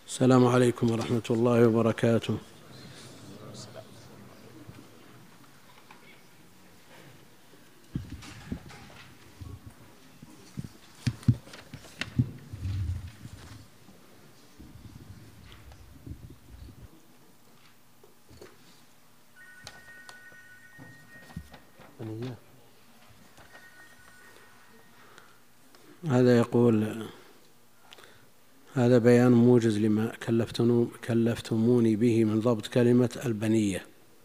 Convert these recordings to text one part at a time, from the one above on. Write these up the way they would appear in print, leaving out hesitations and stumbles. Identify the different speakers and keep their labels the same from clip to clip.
Speaker 1: السلام عليكم ورحمة الله وبركاته. هذا يقول: هذا بيان موجز لما كلفتموني به من ضبط كلمة البنية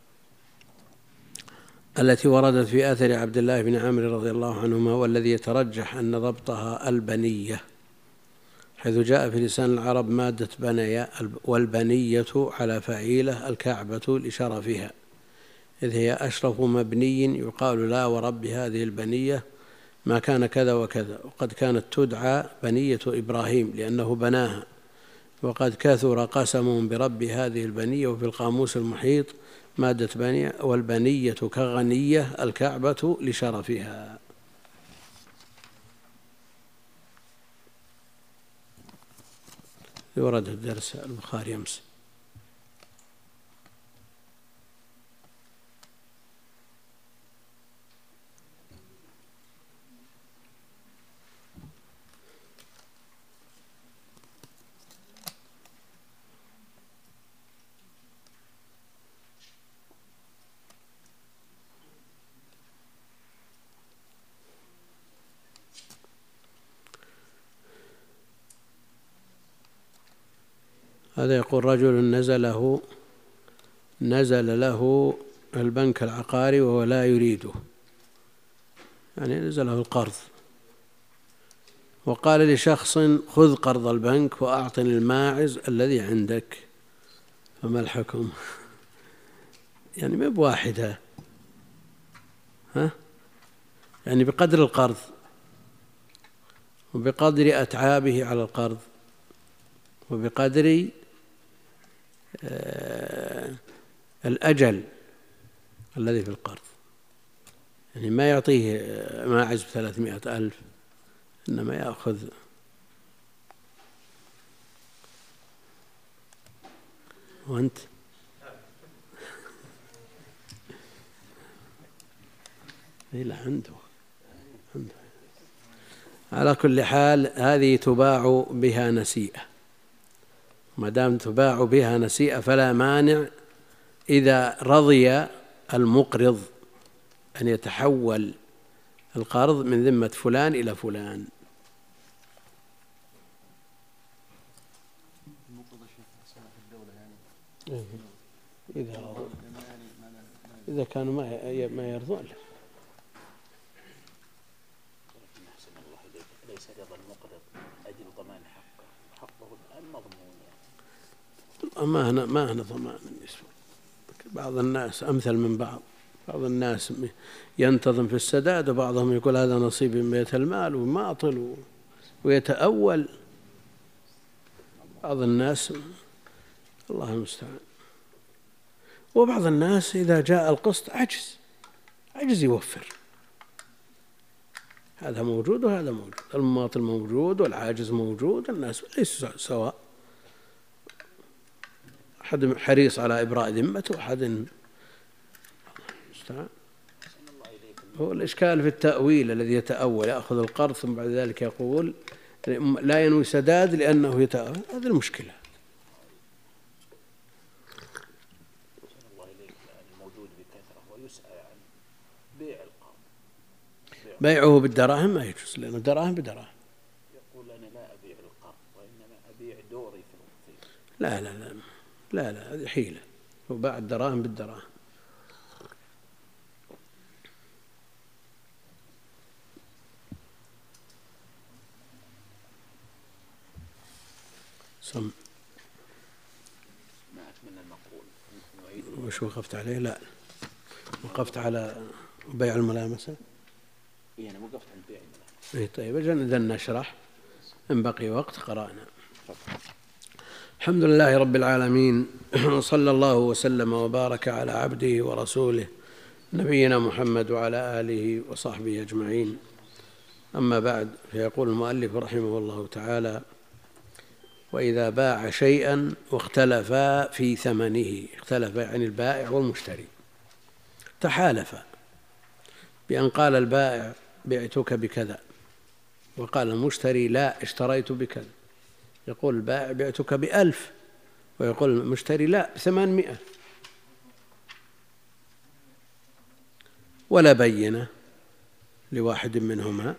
Speaker 1: التي وردت في أثر عبد الله بن عمرو رضي الله عنهما، والذي يترجح أن ضبطها البنية، حيث جاء في لسان العرب مادة بنية، والبنية على فعيلة الكعبة لشرفها، إذ هي أشرف مبني يقال لا ورب هذه البنية ما كان كذا وكذا، وقد كانت تدعى بنية إبراهيم لأنه بناها، وقد كثر قسم برب هذه البنية. وفي القاموس المحيط مادة بنية: والبنية كغنية الكعبة لشرفها. ورد الدرس البخاري أمس. هذا يقول: رجل نزل له البنك العقاري وهو لا يريده، يعني نزله القرض، وقال لشخص: خذ قرض البنك وأعطني الماعز الذي عندك، فما الحكم؟ يعني ما بواحدة، يعني بقدر القرض وبقدر أتعابه على القرض وبقدر الأجل الذي في القرض، يعني ما يعطيه ماعز 300,000، إنما يأخذ وأنت لا عنده. على كل حال هذه تباع بها نسيئة، ما دام تباع بها نسيئة فلا مانع إذا رضي المقرض أن يتحول القرض من ذمة فلان إلى فلان. إذا كانوا ما يرضون.
Speaker 2: ليس رضا المقرض أجل ضمان حقه المضمون،
Speaker 1: ما هنا ضمان بالنسبة. بعض الناس أمثل من بعض الناس ينتظم في السداد، وبعضهم يقول هذا نصيب من بيت المال وماطل ويتأول. بعض الناس الله المستعان. وبعض الناس إذا جاء القسط عجز يوفر. هذا موجود وهذا موجود، المماطل موجود والعاجز موجود، الناس ليسوا سواء، أحد حريص على إبراء ذمته وأحد مستعان. هو الإشكال في التأويل الذي يتأول، يأخذ القرض ثم بعد ذلك يقول لا ينوي سداد لأنه يتأول، هذه المشكلة.
Speaker 2: الموجود بكثرة ويسأل عن بيع القرض،
Speaker 1: بيعه بالدراهم ما يجوز، لأنه دراهم بدراهم.
Speaker 2: يقول أنا لا أبيع القرض وإنما أبيع دوري في
Speaker 1: لا لا لا لا لا، هذه حيلة، وباع الدراهم بالدراهم. سم
Speaker 2: ما أتمنى المقول.
Speaker 1: وش وقفت عليه؟ لا، وقفت على بيع الملامسة.
Speaker 2: أنا وقفت عند بيع الملامسة.
Speaker 1: طيب إذن نشرح، إن بقي وقت قرأنا. الحمد لله رب العالمين، صلى الله وسلم وبارك على عبده ورسوله نبينا محمد وعلى آله وصحبه أجمعين. أما بعد، فيقول المؤلف رحمه الله تعالى: وإذا باع شيئا واختلفا في ثمنه، اختلف يعني البائع والمشتري، تحالفا بأن قال البائع بعتك بكذا وقال المشتري لا اشتريت بكذا، يقول البائع بعتك ب1000 ويقول المشتري لا ب800 ولا بينة لواحد منهما،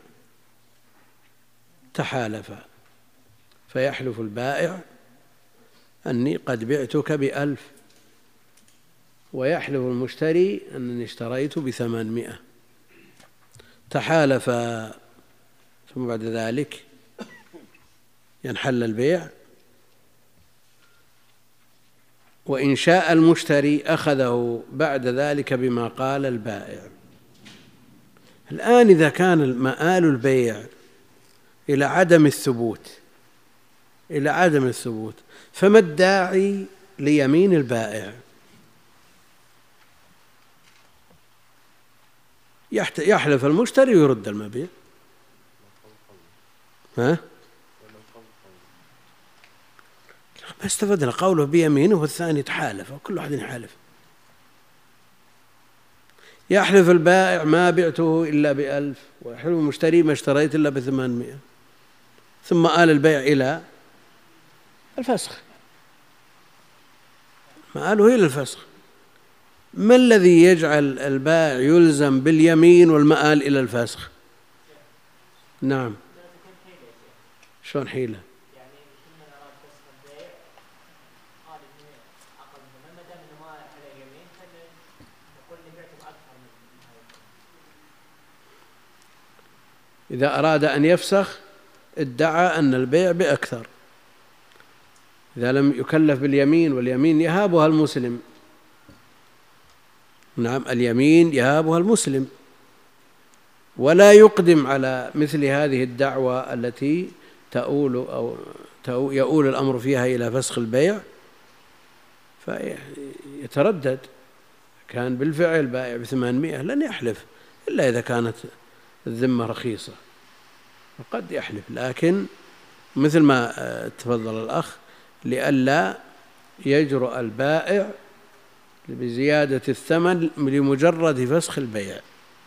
Speaker 1: تحالفا فيحلف البائع أني قد بعتك ب1000 ويحلف المشتري أنني اشتريت ب800، تحالفا ثم بعد ذلك ينحل البيع. وإن شاء المشتري أخذه بعد ذلك بما قال البائع. الآن إذا كان مآل البيع إلى عدم الثبوت فما الداعي ليمين البائع؟ يحلف المشتري ويرد المبيع. ما استفدنا قوله بيمينه والثاني تحالف، وكل واحد يحالف. يحلف البائع ما بعته إلا ب1000 ويحلف المشتري ما اشتريت إلا ب800، ثم آل البيع إلى الفسخ، مآله إلى الفسخ. ما الذي يجعل البائع يلزم باليمين والمآل إلى الفسخ؟ نعم، شلون حيلة؟ إذا أراد أن يفسخ ادعى أن البيع بأكثر، إذا لم يكلف باليمين، واليمين يهابها المسلم. نعم، اليمين يهابها المسلم، ولا يقدم على مثل هذه الدعوة التي يؤول الأمر فيها إلى فسخ البيع، فيتردد. كان بالفعل بائع ب800 لن يحلف إلا إذا كانت الذمة رخيصة، وقد يحلف، لكن مثل ما تفضل الأخ لئلا يجرؤ البائع بزيادة الثمن لمجرد فسخ البيع.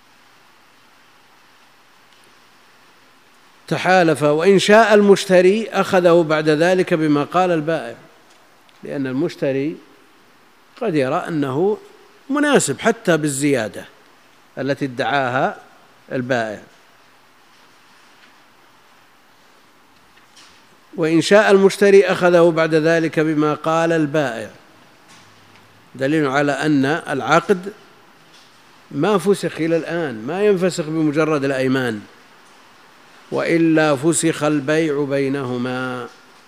Speaker 1: تحالف. وإن شاء المشتري أخذه بعد ذلك بما قال البائع، لأن المشتري قد يرى أنه مناسب حتى بالزيادة التي ادعاها البائع. وإن شاء المشتري أخذه بعد ذلك بما قال البائع، دليل على أن العقد ما فسخ إلى الآن، ما ينفسخ بمجرد الأيمان، وإلا فسخ البيع بينهما.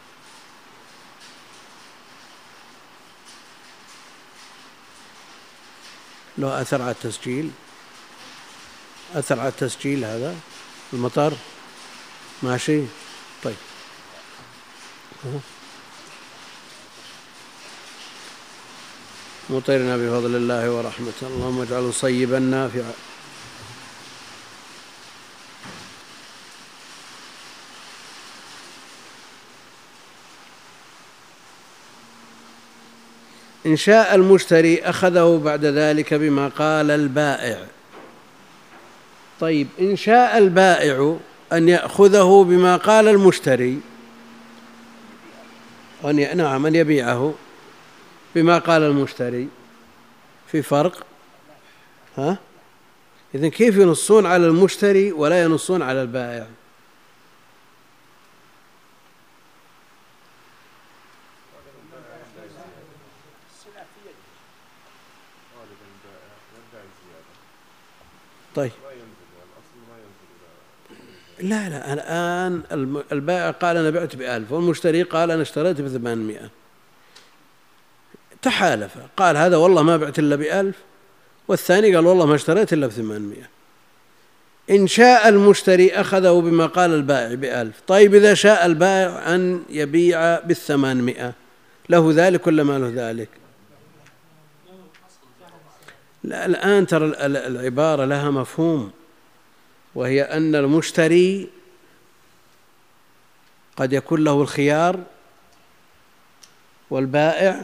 Speaker 1: لو أثر على التسجيل، أثر على التسجيل هذا المطر ماشي. طيب مطرنا بفضل الله ورحمته، اللهم اجعله صيبا نافعا. إن شاء المشتري أخذه بعد ذلك بما قال البائع. طيب، إن شاء البائع أن يأخذه بما قال المشتري، نعم، أن يبيعه بما قال المشتري، في فرق. إذن كيف ينصون على المشتري ولا ينصون على البائع؟ طيب، لا الآن البائع قال أنا بعت ب1000 والمشتري قال أنا اشتريت ب800، تحالف، قال هذا والله ما بعت إلا ب1000 والثاني قال والله ما اشتريت إلا ب800. إن شاء المشتري أخذه بما قال البائع ب1000. طيب، إذا شاء البائع أن يبيع ب800 له ذلك ولا ما له ذلك؟ لا، الآن ترى العبارة لها مفهوم، وهي أن المشتري قد يكون له الخيار والبائع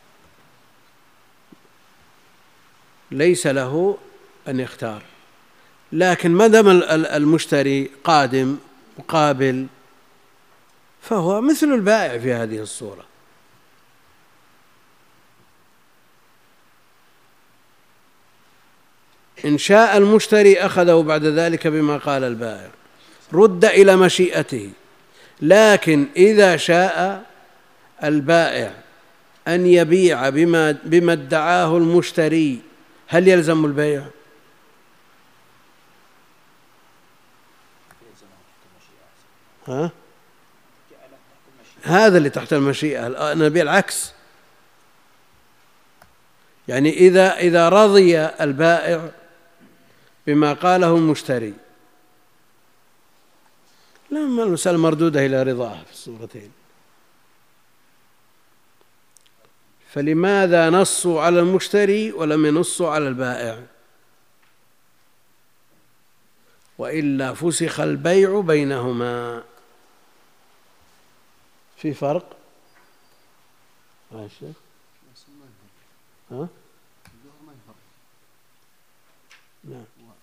Speaker 1: ليس له أن يختار، لكن ما دام المشتري قادم مقابل فهو مثل البائع في هذه الصورة. إن شاء المشتري أخذه بعد ذلك بما قال البائع، رد إلى مشيئته. لكن إذا شاء البائع أن يبيع بما ادعاه المشتري، هل يلزم البيع؟ ها؟ هذا اللي تحت المشيئة. نبي العكس، يعني إذا رضي البائع بما قاله المشتري، لما المسألة مردودة إلى رضاه في الصورتين. فلماذا نصوا على المشتري ولم ينصوا على البائع؟ وإلا فسخ البيع بينهما. في فرق؟ ماشي. ها؟ نعم.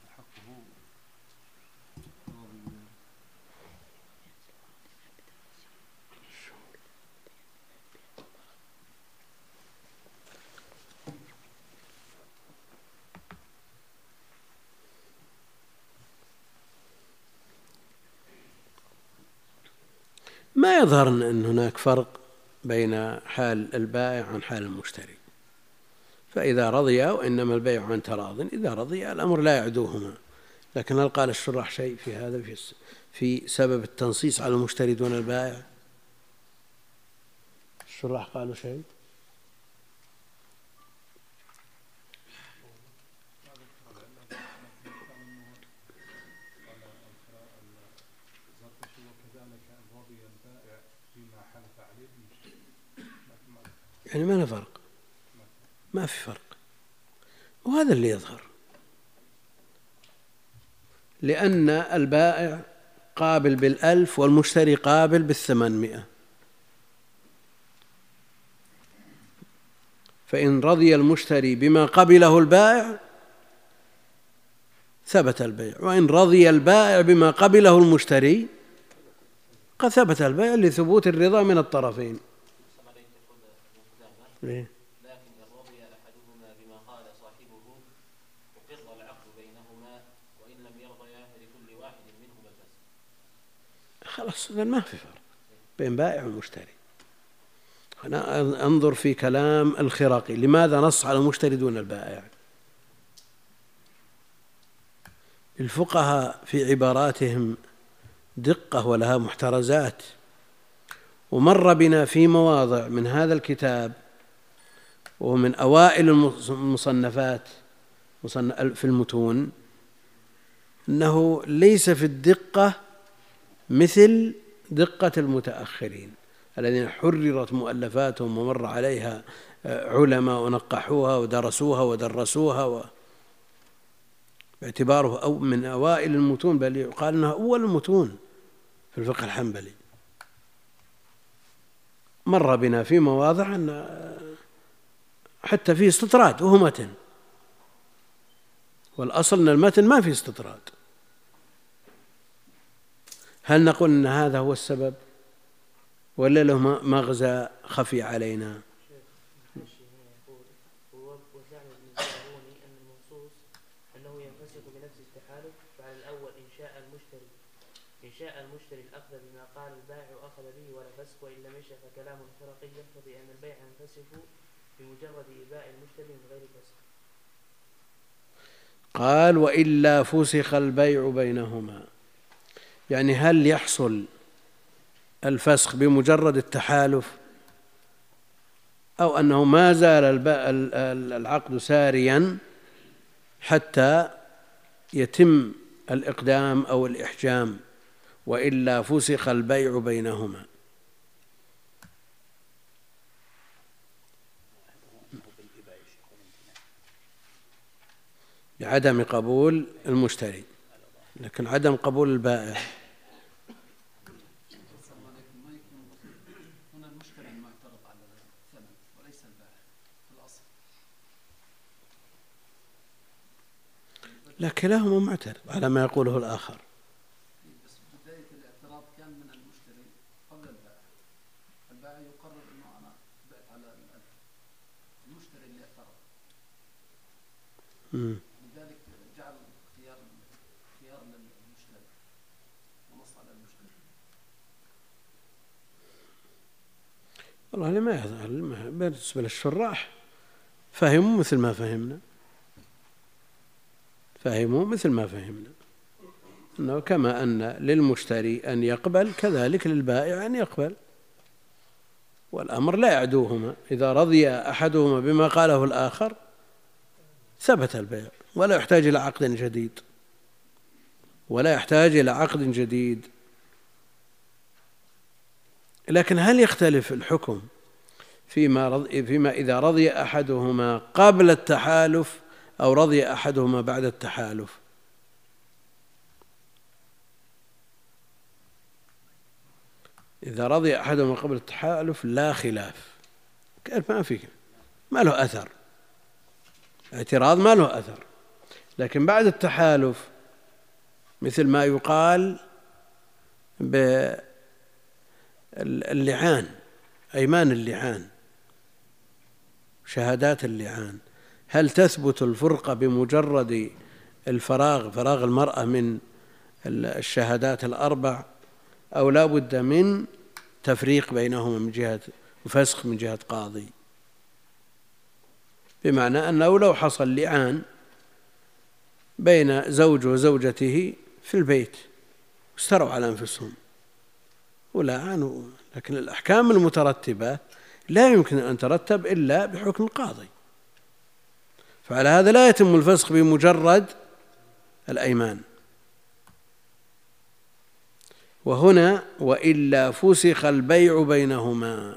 Speaker 1: ما يظهر أن هناك فرق بين حال البائع عن حال المشتري، فإذا رضي وإنما البيع عن تراض، إذا رضي الأمر لا يعدوهما. لكن هل قال الشراح شيء في هذا في سبب التنصيص على المشتري دون البائع؟ الشراح قالوا شيء؟ يعني ما له فرق، ما في فرق، وهذا اللي يظهر، لأن البائع قابل بال1000 والمشتري قابل بال800. فإن رضي المشتري بما قبله البائع ثبت البيع، وإن رضي البائع بما قبله المشتري قد ثبت البيع لثبوت الرضا من الطرفين. ليه؟
Speaker 2: لكن إن رضي أحدهما بما قال صاحبه أقر العقد بينهما، وإن لم يرضيا فلكل واحد منهما الفسخ.
Speaker 1: خلاص، إذن ما في فرق بين بائع ومشتري. أنا أنظر في كلام الخراقي، لماذا نص على المشتري دون البائع؟ الفقهاء في عباراتهم دقة ولها محترزات، ومر بنا في مواضع من هذا الكتاب ومن أوائل المصنفات في المتون أنه ليس في الدقة مثل دقة المتأخرين الذين حررت مؤلفاتهم ومر عليها علماء ونقحوها ودرسوها ودرسوها، باعتباره أو من أوائل المتون، بل يقال أنها أول المتون في الفقه الحنبلي. مر بنا في مواضع أن حتى فيه استطراد وهو متن، والأصل أن المتن ما فيه استطراد. هل نقول أن هذا هو السبب ولا له مغزى خفي علينا؟
Speaker 3: شاء المشتري الأخذ بما قال البائع أخذ به ولا فسخ، وإن لم يشأ فكلام الخرقي يقتضي أن البيع ينفسخ بمجرد إيباء المشتري من غير فسخ.
Speaker 1: قال وإلا فسخ البيع بينهما، يعني هل يحصل الفسخ بمجرد التحالف أو أنه ما زال العقد ساريا حتى يتم الإقدام أو الإحجام، وإلا فسخ البيع بينهما. بعدم قبول المشتري، لكن عدم قبول البائع.
Speaker 4: هنا المشتري ما اعترض على الثمن وليس البائع في الأصل.
Speaker 1: لا، كلاهما معترض على ما يقوله الآخر.
Speaker 4: بس بداية الاعتراض كان من المشتري قبل البائع. البائع يقرر إنه أنا بعت على المشتري اللي اعترض. لذلك جعل خيار للمشتري ونص على المشتري.
Speaker 1: والله أنا ما يظهر بالنسبة للشراح فهموا مثل ما فهمنا، أنه كما أن للمشتري أن يقبل كذلك للبائع أن يقبل، والأمر لا يعدوهما. إذا رضي أحدهما بما قاله الآخر ثبت البيع ولا يحتاج إلى عقد جديد. لكن هل يختلف الحكم فيما إذا رضي أحدهما قبل التحالف أو رضي أحدهما بعد التحالف؟ إذا رضي أحدهما قبل التحالف لا خلاف، ما له أثر، اعتراض ما له أثر. لكن بعد التحالف مثل ما يقال باللعان، أيمان اللعان، شهادات اللعان، هل تثبت الفرقة بمجرد فراغ المرأة من الشهادات الأربع، أو لا بد من تفريق بينهما من جهة وفسخ من جهة قاضي؟ بمعنى أنه لو حصل لعان بين زوج وزوجته في البيت واستروا على أنفسهم ولعنوا، لكن الأحكام المترتبة لا يمكن أن ترتب إلا بحكم قاضي، فعلى هذا لا يتم الفسخ بمجرد الأيمان. وهنا وإلا فسخ البيع بينهما.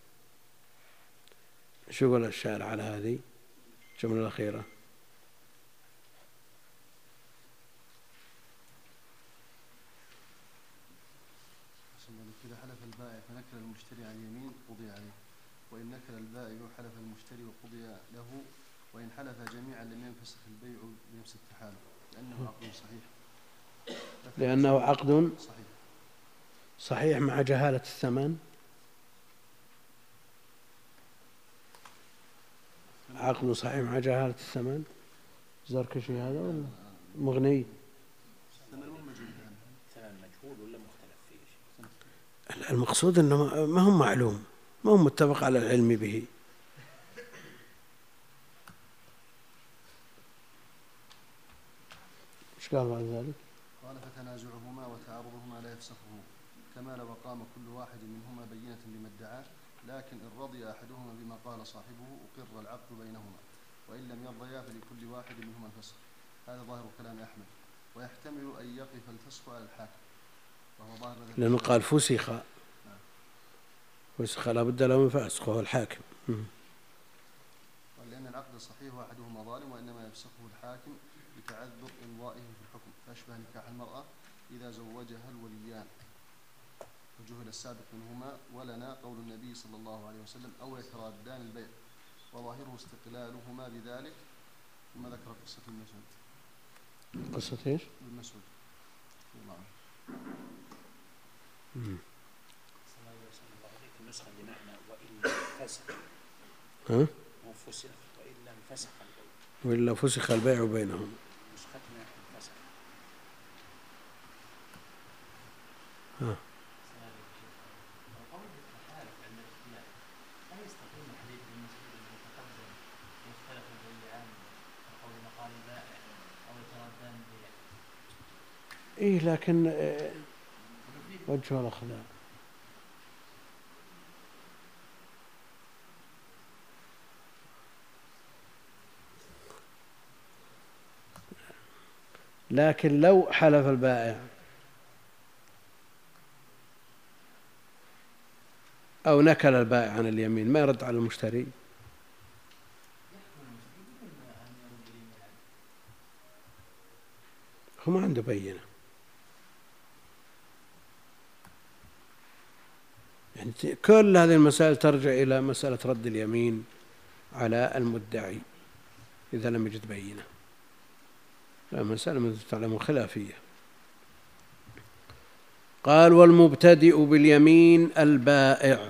Speaker 1: شو يقول الشارع على هذه الجملة الأخيرة؟
Speaker 4: إذا حلف البائع فنكل المشتري عن اليمين قضي عليه، وإن نكل البائع حلف المشتري وقضي له، وإن حلف جميعا لم ينفسخ البيع بنفس التحالف لأنه عقد
Speaker 1: صحيح مع جهالة الثمن. عقد صحيح مع جهالة الثمن. زركشي هذا ولا مغني؟ المقصود أنه ما هو معلوم، ما هو متفق على العلم به. ايش قال بعد ذلك؟
Speaker 4: قال فتنازعهما وتعارضهما لا يفسخه، كما لو قام كل واحد منهما بينة بما ادعاه، لكن إن رضي أحدهما بما قال صاحبه أقر العقد بينهما، وإن لم يرضيا فلكل واحد منهما الفسخ. هذا ظاهر كلام أحمد، ويحتمل أن يقف الفسخ على الحاكم، وهو ظاهر
Speaker 1: لأنه قال فسخ لا بد له من فسخ وهو الحاكم.
Speaker 4: ولأن العقد الصحيح أحدهما ظالم، وإنما يفسخه الحاكم بتعذر إمضائه في الحكم، فأشبه نكاح المرأة إذا زوجها الوليان وجهل السابق منهما، ولنا قول النبي صلى الله عليه وسلم أو يترادان البيع، وظاهره استقلالهما بذلك. ثم ذكر قصة المسعود.
Speaker 1: قصة ايش؟
Speaker 4: المسعود الله عنه.
Speaker 5: النسخة بمعنى وإلا فسخ
Speaker 1: وإلا فسخ البيع بينهم.
Speaker 5: نسختنا فسخ.
Speaker 2: القول بالتحالف عند الاختلاف لا يستقيم حديث المسعود المتقدم يختلف البيعان كقول مقال البائع أو يتردان البيع.
Speaker 1: لكن وجه الأخلاق لكن لو حلف البائع أو نكل البائع عن اليمين ما يرد على المشتري. هو ما عنده بينة. يعني كل هذه المسائل ترجع إلى مسألة رد اليمين على المدعي إذا لم يجد بينة. مسألة من تعلم خلافية. قال والمبتدئ باليمين البائع.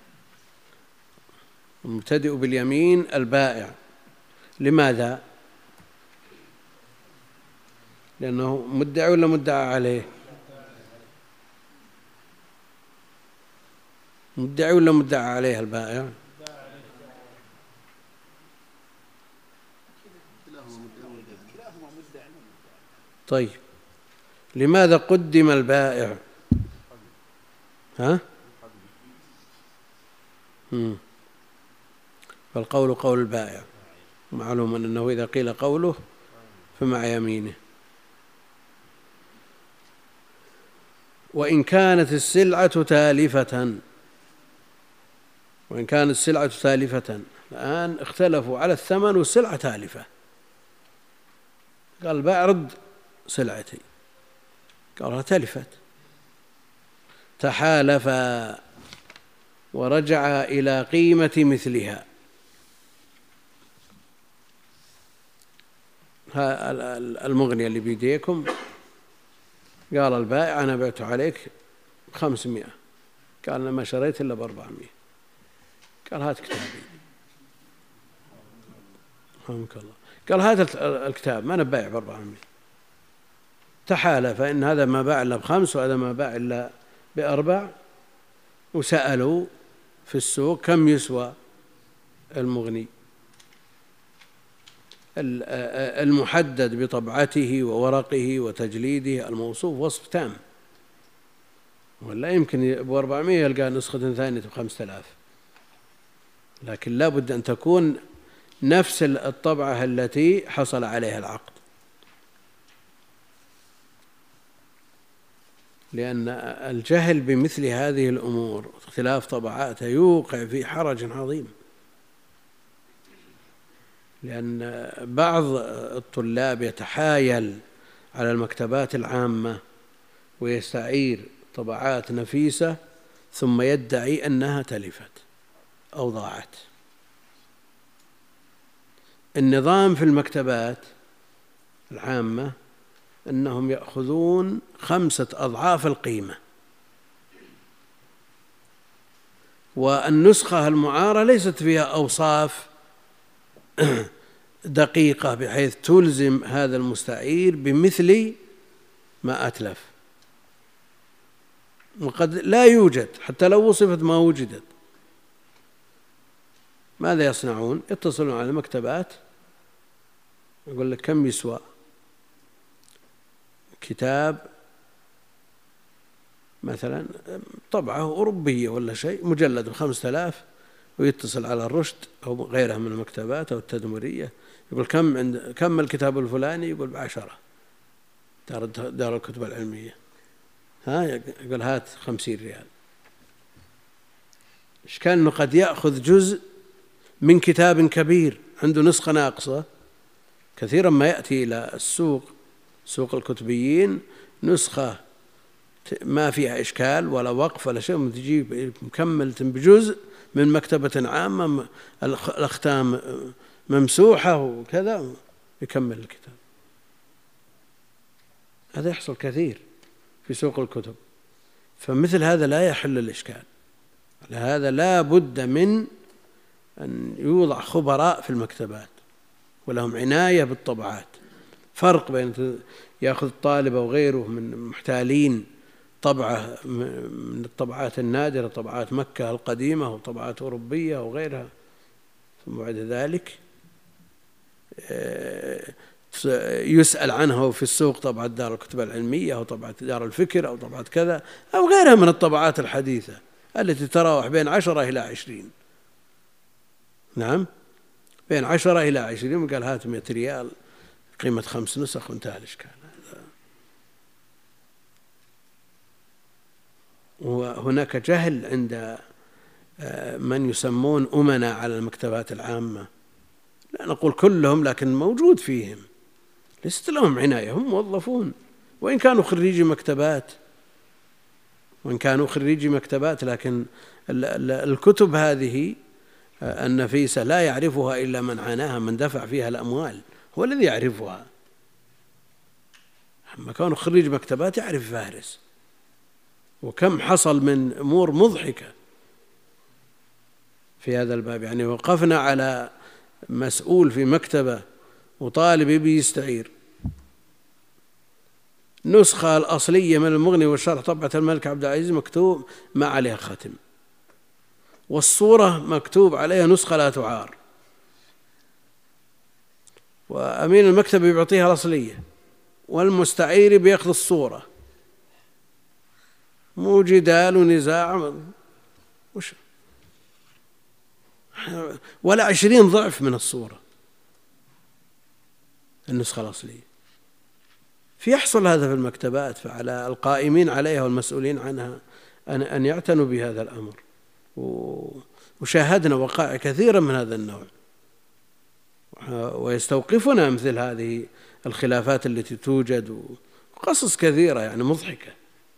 Speaker 1: المبتدئ باليمين البائع لماذا؟ لأنه مدعي ولا مدعى عليه؟ مدعي ولا مدعى عليه البائع؟ طيب لماذا قدم البائع؟ ها؟ فالقول قول البائع، معلوم أنه إذا قيل قوله فمع يمينه. وإن كانت السلعة تالفة، وإن كانت السلعة تالفة، الآن اختلفوا على الثمن والسلعة تالفة. قال البائع رد سلعتي، قالها تلفت، تحالف ورجع إلى قيمة مثلها. المغنية اللي بيديكم قال البائع أنا بعت عليك 500، قال أنا ما شريت إلا ب400، قال هات كتابي، رحمك الله، قال هات الكتاب ما أنا بايع ب400. تحالف إن هذا ما باع إلا ب5 وهذا ما باع إلا ب4، وسألوا في السوق كم يسوى المغني المحدد بطبعته وورقه وتجليده الموصوف وصف تام، ولا يمكن ب400 يلقى نسخة ثانية ب5000، لكن لا بد أن تكون نفس الطبعة التي حصل عليها العقد، لأن الجهل بمثل هذه الأمور اختلاف طبعاتها يوقع في حرج عظيم. لأن بعض الطلاب يتحايل على المكتبات العامة ويستعير طبعات نفيسة ثم يدعي أنها تلفت أو ضاعت. النظام في المكتبات العامة أنهم يأخذون 5 أضعاف القيمة، والنسخة المعارة ليست فيها أوصاف دقيقة بحيث تلزم هذا المستعير بمثل ما أتلف، وقد لا يوجد حتى لو وصفت ما وجدت. ماذا يصنعون؟ يتصلون على المكتبات، يقول لك كم يسوى كتاب مثلا طبعة أوروبية ولا شيء مجلد ب5000، ويتصل على الرشد أو غيرها من المكتبات أو التدمرية، يقول كم الكتاب الفلاني؟ يقول ب10 دار الكتب العلمية، يقول هات 50 ريال. إشكال أنه قد يأخذ جزء من كتاب كبير عنده نسخة ناقصة. كثيرا ما يأتي إلى السوق، سوق الكتبيين، نسخة ما فيها إشكال ولا وقف ولا شيء، تجيب مكملة بجزء من مكتبة عامة الأختام ممسوحة وكذا، يكمل الكتاب. هذا يحصل كثير في سوق الكتب، فمثل هذا لا يحل الإشكال. لهذا لا بد من أن يوضع خبراء في المكتبات ولهم عناية بالطبعات. فرق بين يأخذ الطالب أو غيره من محتالين طبعة من الطبعات النادرة، طبعات مكة القديمة وطبعات أوروبية وغيرها، ثم بعد ذلك يسأل عنه في السوق طبعة دار الكتب العلمية أو طبعة دار الفكر أو طبعة كذا أو غيرها من الطبعات الحديثة التي تتراوح بين 10 إلى 20. نعم، بين 10 إلى 20. قال هات 100 ريال قيمة 5 نسخ وانتهى الإشكال. وهناك جهل عند من يسمون أمنا على المكتبات العامة، لا نقول كلهم لكن موجود فيهم، ليست لهم عناية، هم موظفون وإن كانوا خريجي مكتبات، وإن كانوا خريجي مكتبات، لكن الكتب هذه النفيسة لا يعرفها إلا من عناها، من دفع فيها الأموال هو الذي يعرفها. أما كونه خريج مكتبات يعرف فارس، وكم حصل من أمور مضحكة في هذا الباب. يعني وقفنا على مسؤول في مكتبة وطالب يبي يستعير نسخة الأصلية من المغني والشرح طبعة الملك عبد العزيز مكتوب ما عليها ختم، والصورة مكتوب عليها نسخة لا تعار، وأمين المكتب يعطيها الأصلية والمستعير بيأخذ الصورة، مو جدال ونزاع ولا 20 ضعف من الصورة النسخة الأصلية. يحصل هذا في المكتبات، فعلى القائمين عليها والمسؤولين عنها أن يعتنوا بهذا الأمر. وشاهدنا وقائع كثيرا من هذا النوع، ويستوقفنا مثل هذه الخلافات التي توجد، وقصص كثيرة يعني مضحكة.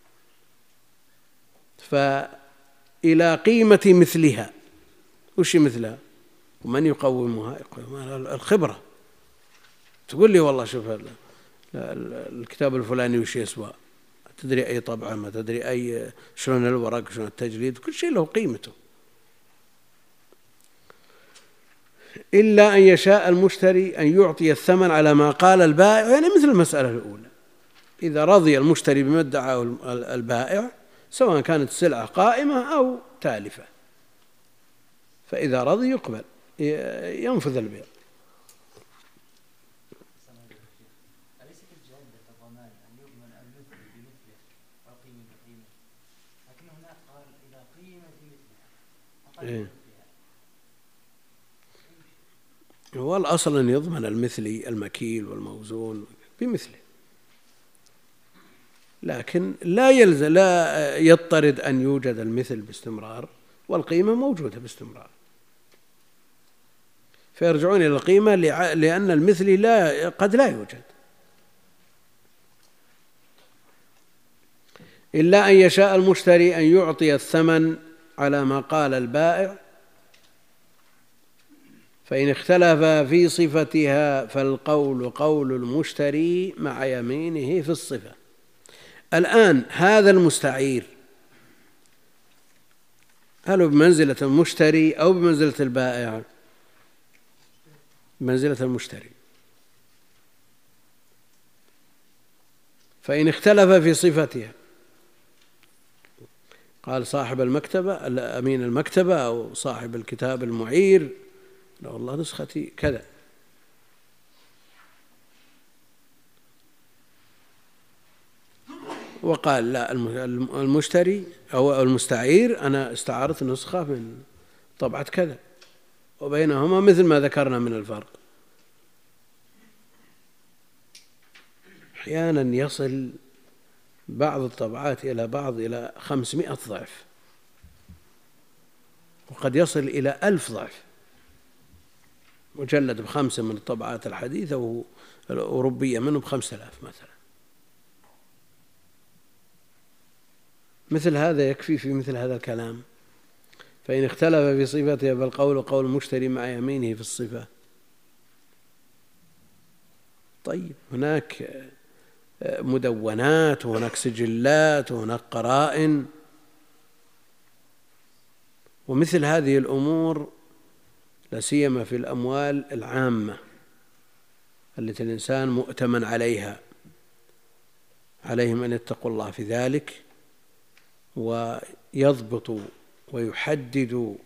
Speaker 1: فإلى قيمة مثلها، وش مثلها ومن يقومها؟ الخبرة. تقول لي والله شوف الكتاب الفلاني وش يسوى، تدري أي طبعة، ما تدري أي شلون الورق، شلون التجليد، كل شيء له قيمته. إلا أن يشاء المشتري أن يعطي الثمن على ما قال البائع، يعني مثل المسألة الأولى، إذا رضي المشتري بما ادعاه البائع سواء كانت السلعة قائمة أو تالفة، فإذا رضي يقبل ينفذ البيع.
Speaker 2: أليس في الجائزة الضمان أن يضمن المثل بمثله والقيمة بقيمة، لكن هناك قال إذا قيمة بمثلها أقل
Speaker 1: هو الأصل أن يضمن المثلي المكيل والموزون بمثله، لكن لا يضطرد أن يوجد المثل باستمرار والقيمة موجودة باستمرار، فيرجعون إلى القيمة لأن المثل قد لا يوجد. إلا أن يشاء المشتري أن يعطي الثمن على ما قال البائع، فإن اختلف في صفتها فالقول قول المشتري مع يمينه في الصفة. الآن هذا المستعير هل هو بمنزلة المشتري أو بمنزلة البائع؟ بمنزلة المشتري. فإن اختلف في صفتها، قال صاحب المكتبة أمين المكتبة أو صاحب الكتاب المعير لا والله نسختي كذا، وقال لا المشتري أو المستعير أنا استعارت نسخة من طبعة كذا، وبينهما مثل ما ذكرنا من الفرق. أحيانا يصل بعض الطبعات إلى 500 ضعف، وقد يصل إلى 1000 ضعف، مجلد ب5 من الطبعات الحديثة والأوروبية منه ب5000 مثلا. مثل هذا يكفي في مثل هذا الكلام. فإن اختلف في صفتها فالقول قول المشتري مع يمينه في الصفة. طيب هناك مدونات وهناك سجلات وهناك قرائن، ومثل هذه الأمور لا سيما في الأموال العامة التي الإنسان مؤتمن عليها، عليهم أن يتقوا الله في ذلك ويضبطوا ويحددوا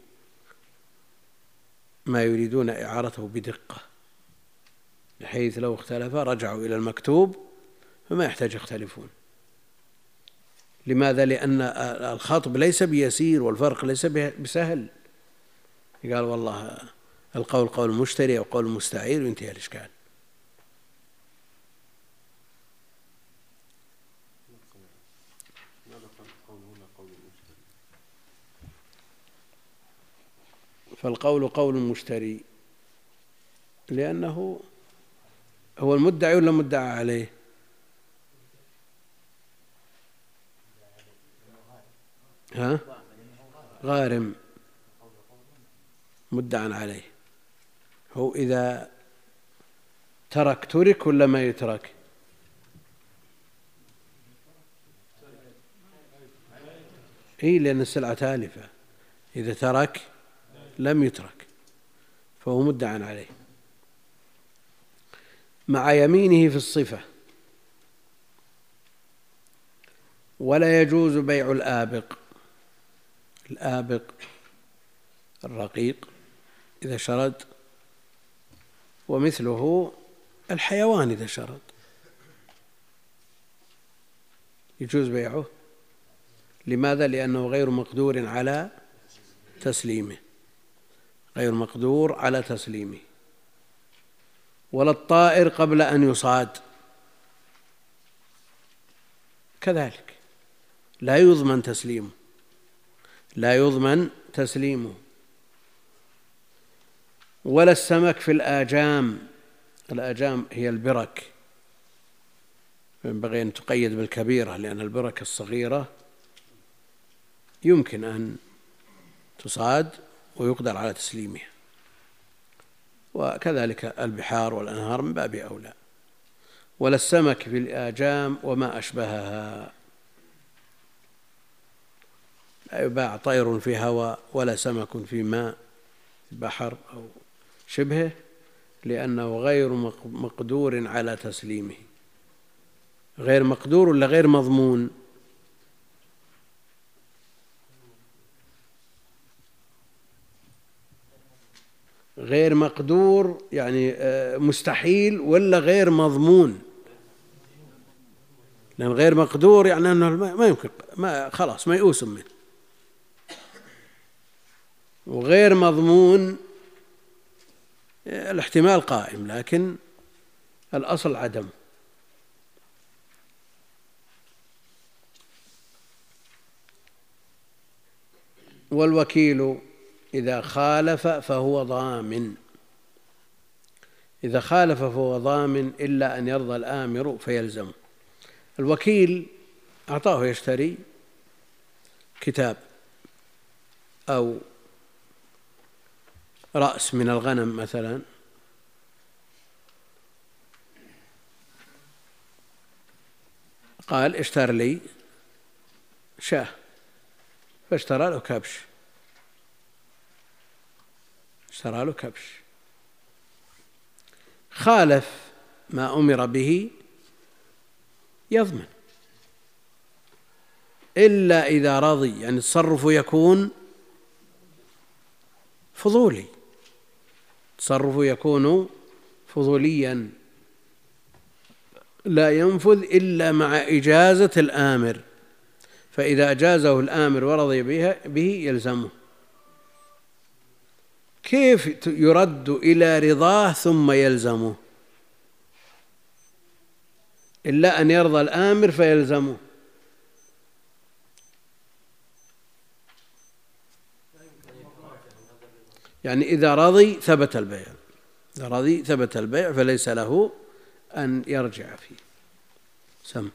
Speaker 1: ما يريدون إعارته بدقة، بحيث لو اختلف رجعوا إلى المكتوب فما يحتاج يختلفون. لماذا؟ لأن الخطب ليس بيسير والفرق ليس بسهل. قال والله القول قول المشتري أو قول المستعير وينتهي الإشكال. فالقول قول المشتري لأنه هو المدعي ولا مدعى عليه؟ ها؟ غارم مدعى عليه. هو إذا ترك ولا ما يترك؟ إيه، لأن السلعة تالفة، إذا ترك لم يترك فهو مدعى عليه مع يمينه في الصفة. ولا يجوز بيع الآبق الرقيق إذا شرد، ومثله الحيوان إذا شرد يجوز بيعه. لماذا؟ لأنه غير مقدور على تسليمه، ولا الطائر قبل أن يصاد كذلك لا يضمن تسليمه، ولا السمك في الآجام هي البرك، ينبغي أن تقيد بالكبيرة، لأن البرك الصغيرة يمكن أن تصاد ويقدر على تسليمها، وكذلك البحار والأنهار من باب أولى. ولا السمك في الآجام وما أشبهها، لا يباع طير في هواء ولا سمك في ماء البحر أو شبهه، لأنه غير مقدور على تسليمه. غير مقدور ولا غير مضمون؟ غير مقدور يعني مستحيل، ولا غير مضمون؟ لأن غير مقدور يعني أنه ما يمكن، خلاص ميؤوس منه. وغير مضمون الاحتمال قائم، لكن الأصل عدم. والوكيل إذا خالف فهو ضامن إلا أن يرضى الآمر فيلزمه. الوكيل أعطاه يشتري كتاب أو رأس من الغنم مثلا، قال اشتر لي شاه، فاشترى له كبش، خالف ما أمر به يضمن، إلا إذا رضي، يعني التصرف يكون فضوليا لا ينفذ إلا مع إجازة الآمر، فإذا أجازه الآمر ورضي به يلزمه. كيف يرد إلى رضاه ثم يلزمه؟ إلا أن يرضى الآمر فيلزمه. يعني إذا رضي ثبت البيع، فليس له أن يرجع فيه. سم.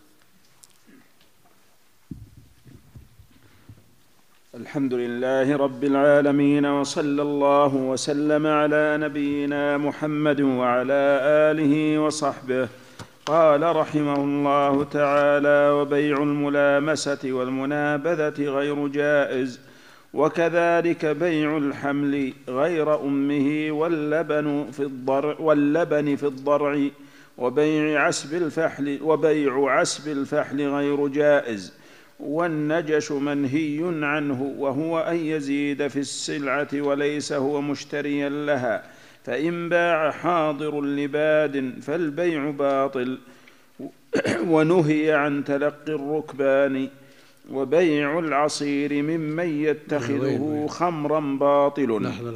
Speaker 6: الحمد لله رب العالمين، وصلى الله وسلم على نبينا محمد وعلى آله وصحبه. قال رحمه الله تعالى: وبيع الملامسة والمنابذة غير جائز، وكذلك بيع الحمل غير أمه واللبن في الضرع، وبيع عسب الفحل غير جائز. والنجش منهي عنه، وهو أن يزيد في السلعة وليس هو مشتريا لها، فإن باع حاضر لباد فالبيع باطل. ونهي عن تلقي الركبان. وبيع العصير ممن يتخذه خمرا باطل.
Speaker 1: لحظة.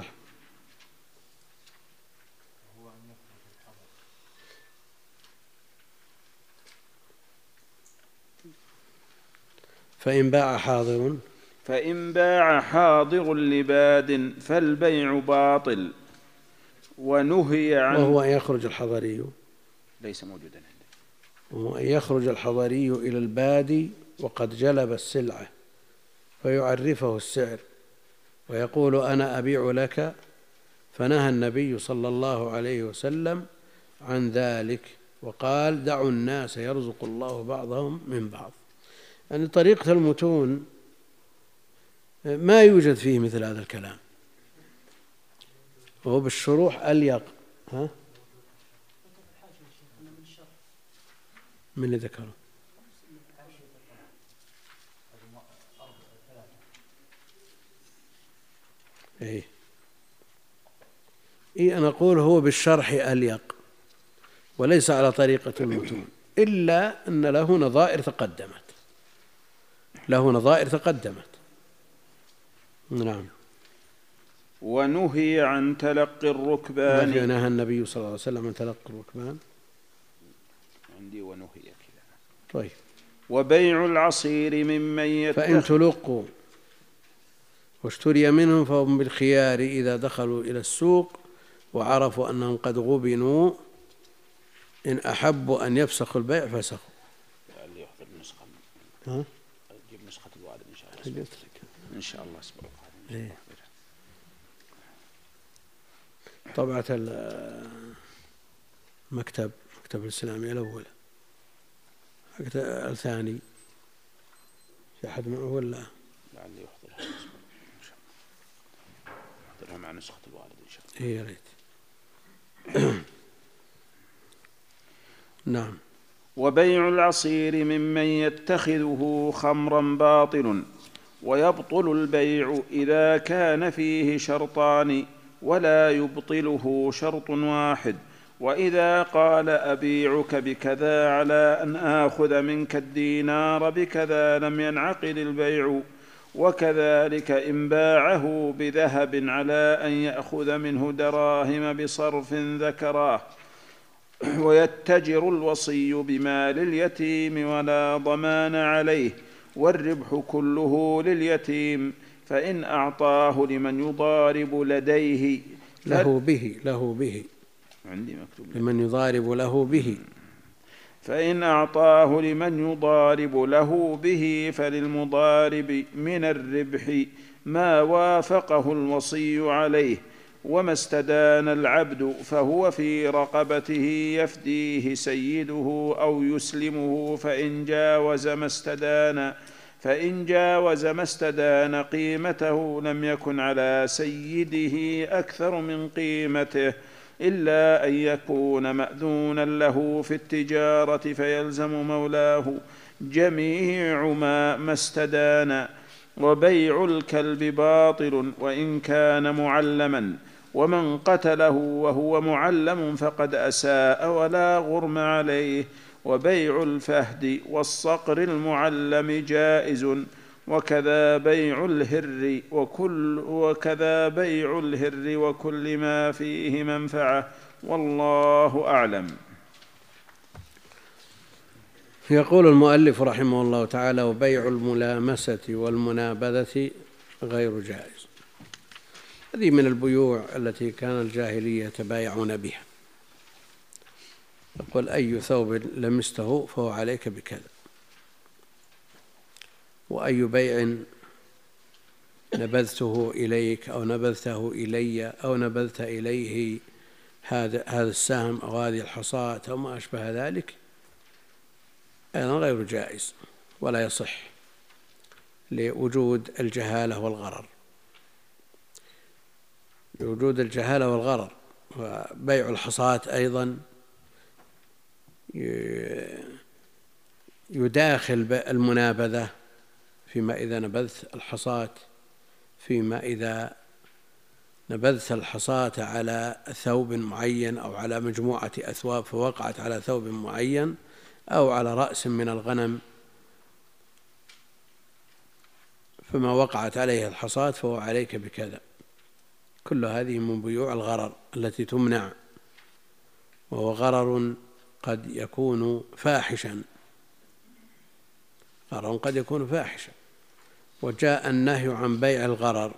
Speaker 6: فإن باع حاضر لباد فالبيع باطل. ونهي عن،
Speaker 1: وهو أن يخرج الحضري،
Speaker 6: ليس موجودا عنده،
Speaker 1: وهو أن يخرج الحضري إلى البادي وقد جلب السلعة فيعرفه السعر ويقول أنا أبيع لك، فنهى النبي صلى الله عليه وسلم عن ذلك وقال دعوا الناس يرزق الله بعضهم من بعض. يعني طريقة المتون ما يوجد فيه مثل هذا الكلام، وهو بالشروح أليق. ها؟ من اللي ذكره؟ إيه أنا أقول هو بالشرح أليق وليس على طريقة المتون، إلا أن له نظائر تقدمت. نعم.
Speaker 6: ونهي عن تلقي الركبان.
Speaker 1: نهى النبي صلى الله عليه وسلم عن تلقي الركبان.
Speaker 6: عندي ونهي كذا.
Speaker 1: طيب.
Speaker 6: وبيع العصير ممن يتخذ.
Speaker 1: فإن تلقوا واشتري منهم فهم بالخيار إذا دخلوا إلى السوق وعرفوا أنهم قد غبنوا، إن أحبوا أن يفسخوا البيع فسخوا.
Speaker 6: اللي يحضر نسخة.
Speaker 1: ها؟
Speaker 6: أجيب نسخة الوالد إن شاء الله. إن شاء الله أسبوع القادم.
Speaker 1: طبعة المكتب الإسلامي الأول، الثاني في أحد معه ولا؟
Speaker 6: لعلي يحضرها إن شاء الله. يحضرها مع نسخة الوالد إن شاء الله.
Speaker 1: إيه يا ريت. نعم.
Speaker 6: وبيع العصير ممن يتخذه خمرا باطل، ويبطل البيع إذا كان فيه شرطان ولا يبطله شرط واحد. وإذا قال أبيعك بكذا على أن آخذ منك الدينار بكذا لم ينعقد البيع. وكذلك إن باعه بذهب على أن يأخذ منه دراهم بصرف ذكراه. ويتجر الوصي بمال اليتيم ولا ضمان عليه، والربح كله لليتيم، فإن أعطاه لمن يضارب لديه
Speaker 1: له به
Speaker 6: عندي مكتوب
Speaker 1: لمن يضارب له به.
Speaker 6: فإن أعطاه لمن يضارب له به فللمضارب من الربح ما وافقه الوصي عليه. وما استدان العبد فهو في رقبته يفديه سيده أو يسلمه، فإن جاوز ما استدان قيمته لم يكن على سيده أكثر من قيمته، إلا أن يكون مأذونا له في التجارة فيلزم مولاه جميع ما استدان. وبيع الكلب باطل وإن كان معلما، ومن قتله وهو معلم فقد أساء ولا غرم عليه. وبيع الفهد والصقر المعلم جائز، وكذا بيع الهر وكل ما فيه منفعة، والله أعلم.
Speaker 1: يقول المؤلف رحمه الله تعالى: وبيع الملامسة والمنابذة غير جائز. هذه من البيوع التي كان الجاهلية يتبايعون بها. يقول: أي ثوب لمسته فهو عليك بكذا، وأي بيع نبذته إليك أو نبذته إلي أو نبذت إليه هذا السهم أو هذه الحصاة أو ما أشبه ذلك أيضا غير جائز ولا يصح لوجود الجهالة والغرر. وبيع الحصاة أيضا يداخل المنابذة، فيما إذا نبذت الحصاة على ثوب معين أو على مجموعة أثواب فوقعت على ثوب معين أو على رأس من الغنم فما وقعت عليه الحصاة فهو عليك بكذا. كل هذه من بيوع الغرر التي تمنع، وهو غرر قد يكون فاحشا. وجاء النهي عن بيع الغرر،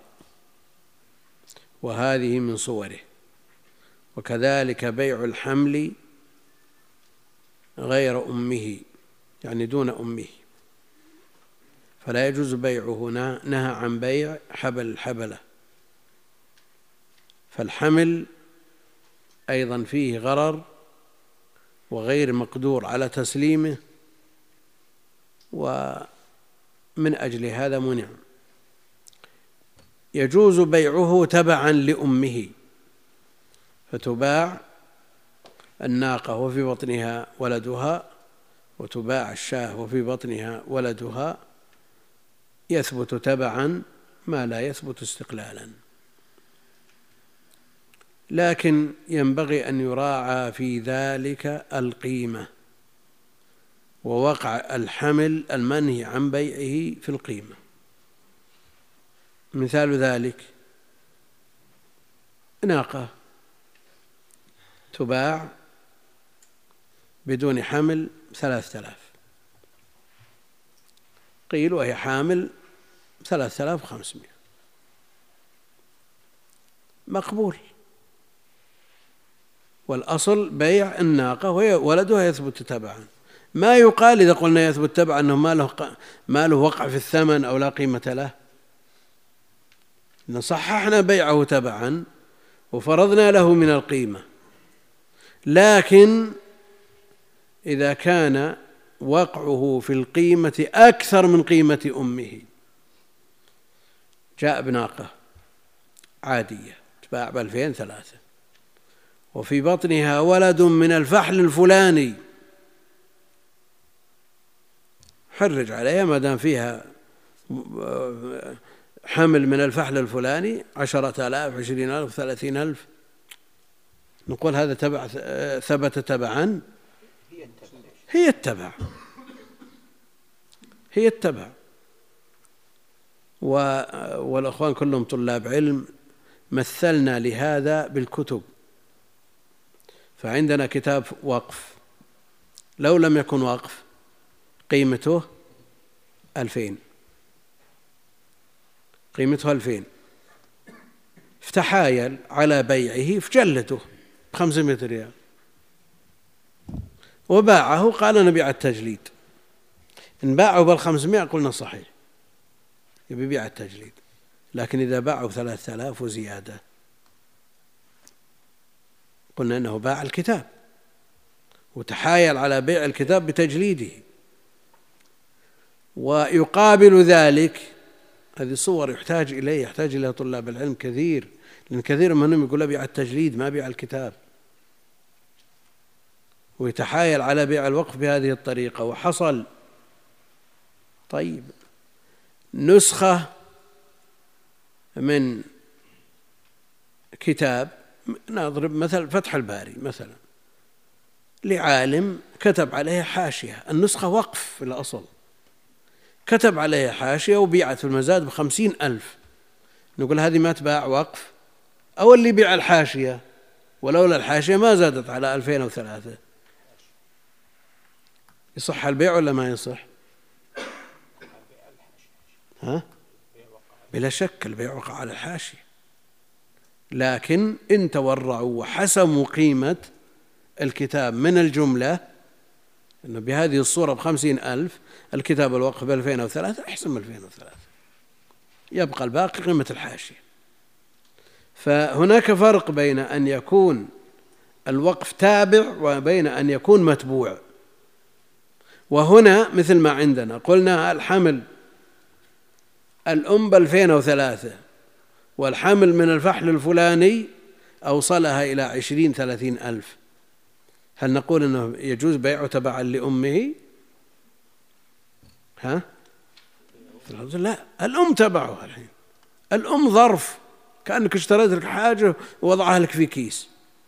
Speaker 1: وهذه من صوره. وكذلك بيع الحمل غير أمه، يعني دون أمه، فلا يجوز بيعه، نهى عن بيع حبل الحبلة. فالحمل أيضا فيه غرر وغير مقدور على تسليمه، ومن أجل هذا منع. يجوز بيعه تبعا لأمه، فتباع الناقة وفي بطنها ولدها، وتباع الشاة وفي بطنها ولدها، يثبت تبعا ما لا يثبت استقلالا. لكن ينبغي أن يراعى في ذلك القيمة، ووقع الحمل المنهي عن بيعه في القيمة. مثال ذلك ناقة تباع بدون حمل 3000، قيل وهي حامل 3500، مقبول. والأصل بيع الناقة وولدها يثبت تبعا. ما يقال إذا قلنا يثبت تبعا أنه ما له وقع في الثمن أو لا قيمة له. نصححنا بيعه تبعا وفرضنا له من القيمة، لكن إذا كان وقعه في القيمة أكثر من قيمة أمه، جاء بناقة عادية تباع ب2003 وفي بطنها ولد من الفحل الفلاني، حرج عليها ما دام فيها حمل من الفحل الفلاني 10,000 20,000 30,000، نقول هذا ثبت تبعا. هي التبع. والأخوان كلهم طلاب علم، مثلنا لهذا بالكتب. فعندنا كتاب وقف، لو لم يكن وقف قيمته 2000، فتحايل على بيعه فجلته ب500 ريال وباعه، قال نبيع التجليد. إن باعه بال500 قلنا صحيح، يبي بيع التجليد. لكن إذا باعه 3000 وزيادة قلنا إنه باع الكتاب وتحايل على بيع الكتاب بتجليده. ويقابل ذلك، هذه صور يحتاج إليها طلاب العلم كثير، لأن كثير منهم يقول بيع التجليد ما بيع الكتاب، ويتحايل على بيع الوقف بهذه الطريقة. وحصل طيب نسخة من كتاب، نضرب مثل فتح الباري مثلا، لعالم كتب عليها حاشية، النسخة وقف في الأصل، كتب عليها حاشية وبيعت في المزاد ب50,000، نقول هذه ما تباع وقف، أو اللي بيع الحاشية ولولا الحاشية ما زادت على 2003. يصح البيع ولا ما يصح؟ بلا شك البيع وقع على الحاشية، لكن إن تورعوا وحسموا قيمة الكتاب من الجملة إنه بهذه الصورة ب50,000، الكتاب الوقف ب2003، أحسن من 2003، يبقى الباقي قيمة الحاشية. فهناك فرق بين أن يكون الوقف تابع وبين أن يكون متبوع. وهنا مثل ما عندنا قلنا الحمل الأم ب2003 والحمل من الفحل الفلاني أوصلها إلى 20-30,000، هل نقول أنه يجوز بيعه تبعا لأمه؟ لا، الأم تبعها. الحين الأم ظرف، كأنك اشتريت لك حاجة ووضعها لك في كيس.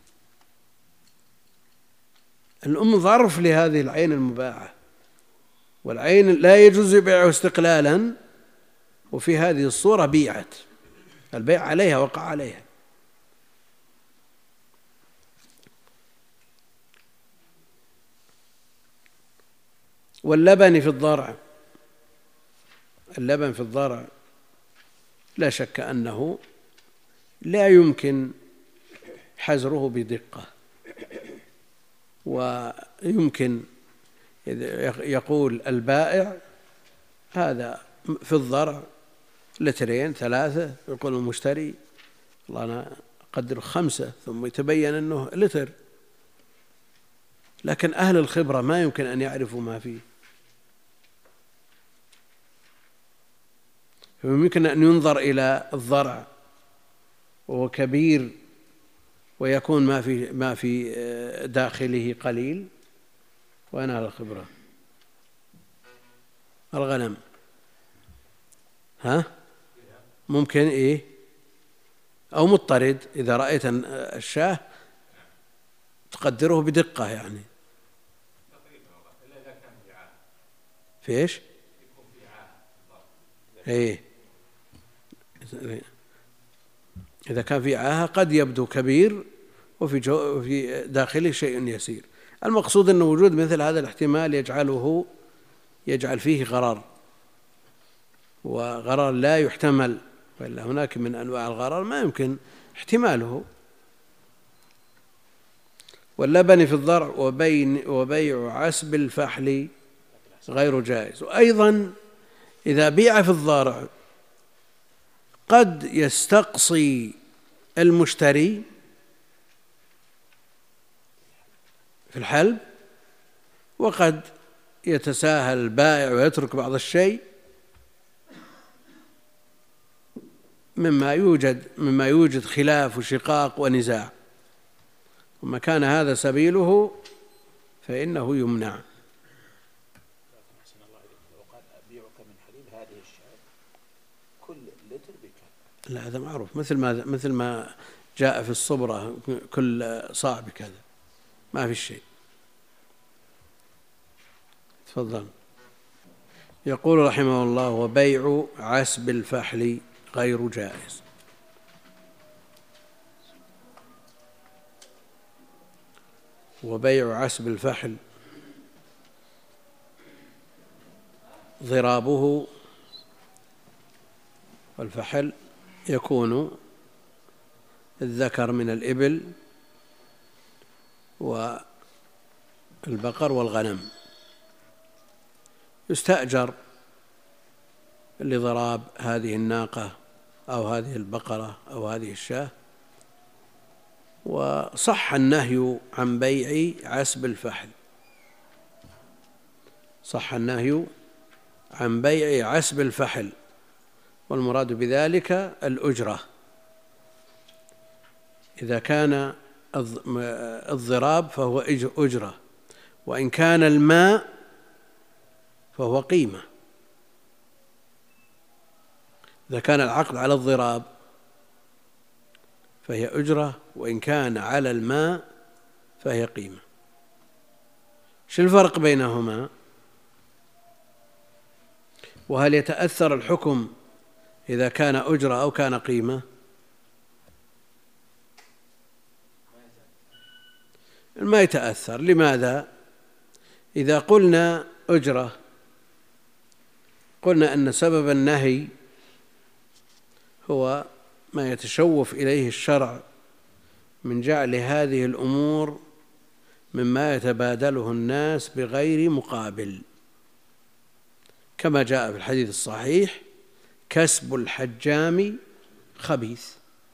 Speaker 1: الأم ظرف لهذه العين المباعة، والعين لا يجوز بيعه استقلالا، وفي هذه الصورة بيعت، البيع عليها وقع عليها. واللبن في الضرع، اللبن في الضرع لا شك أنه لا يمكن حزره بدقة، ويمكن يقول البائع هذا في الضرع لترين 3، يقول المشتري والله أنا أقدر 5، ثم يتبين أنه لتر، لكن أهل الخبرة ما يمكن أن يعرفوا ما فيه، فيمكن أن ينظر إلى الضرع وهو كبير ويكون ما في داخله قليل، وين أهل الخبرة؟ الغنم ممكن إيه أو مضطرد، إذا رأيت الشاه تقدره بدقة يعني في إيش؟ إيه إذا كان في عاهة قد يبدو كبير وفي داخله شيء يسير. المقصود أن وجود مثل هذا الاحتمال يجعل فيه غرر، وغرر لا يحتمل، وإلا هناك من أنواع الغرر ما يمكن احتماله. واللبن في الضرع وبيع عسب الفحل غير جائز. وأيضا إذا بيع في الضرع قد يستقصي المشتري في الحلب، وقد يتساهل البائع ويترك بعض الشيء مما يوجد خلاف وشقاق ونزاع، وما كان هذا سبيله فإنه يمنع. لا هذا معروف، مثل ما جاء في الصبرة كل صاع بكذا، ما في شيء. تفضل. يقول رحمه الله: وبيع عسب الفحل غير جائز. وبيع عسب الفحل ضرابه، والفحل يكون الذكر من الإبل والبقر والغنم، يستأجر لضراب هذه الناقة أو هذه البقرة أو هذه الشاة. وصح النهي عن بيع عسب الفحل، صح النهي عن بيع عسب الفحل، والمراد بذلك الأجرة. إذا كان الضراب فهو أجرة، وإن كان الماء فهو قيمة. إذا كان العقد على الضراب فهي أجرة، وإن كان على الماء فهي قيمة. شو الفرق بينهما؟ وهل يتأثر الحكم إذا كان أجرة أو كان قيمة؟ ما يتأثر. لماذا؟ إذا قلنا أجرة قلنا أن سبب النهي هو ما يتشوف إليه الشرع من جعل هذه الأمور مما يتبادله الناس بغير مقابل، كما جاء في الحديث الصحيح: كسب الحجام خبيث.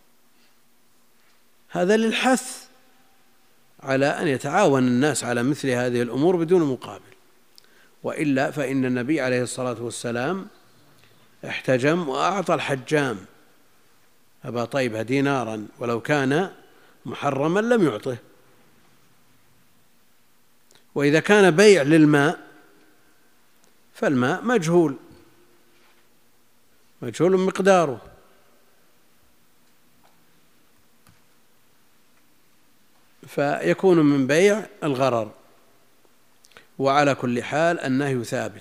Speaker 1: هذا للحث على أن يتعاون الناس على مثل هذه الأمور بدون مقابل، وإلا فإن النبي عليه الصلاة والسلام احتجم وأعطى الحجام أبا طيبة دينارا، ولو كان محرما لم يعطه. وإذا كان بيع للماء فالماء مجهول مقداره، فيكون من بيع الغرر. وعلى كل حال النهي ثابت.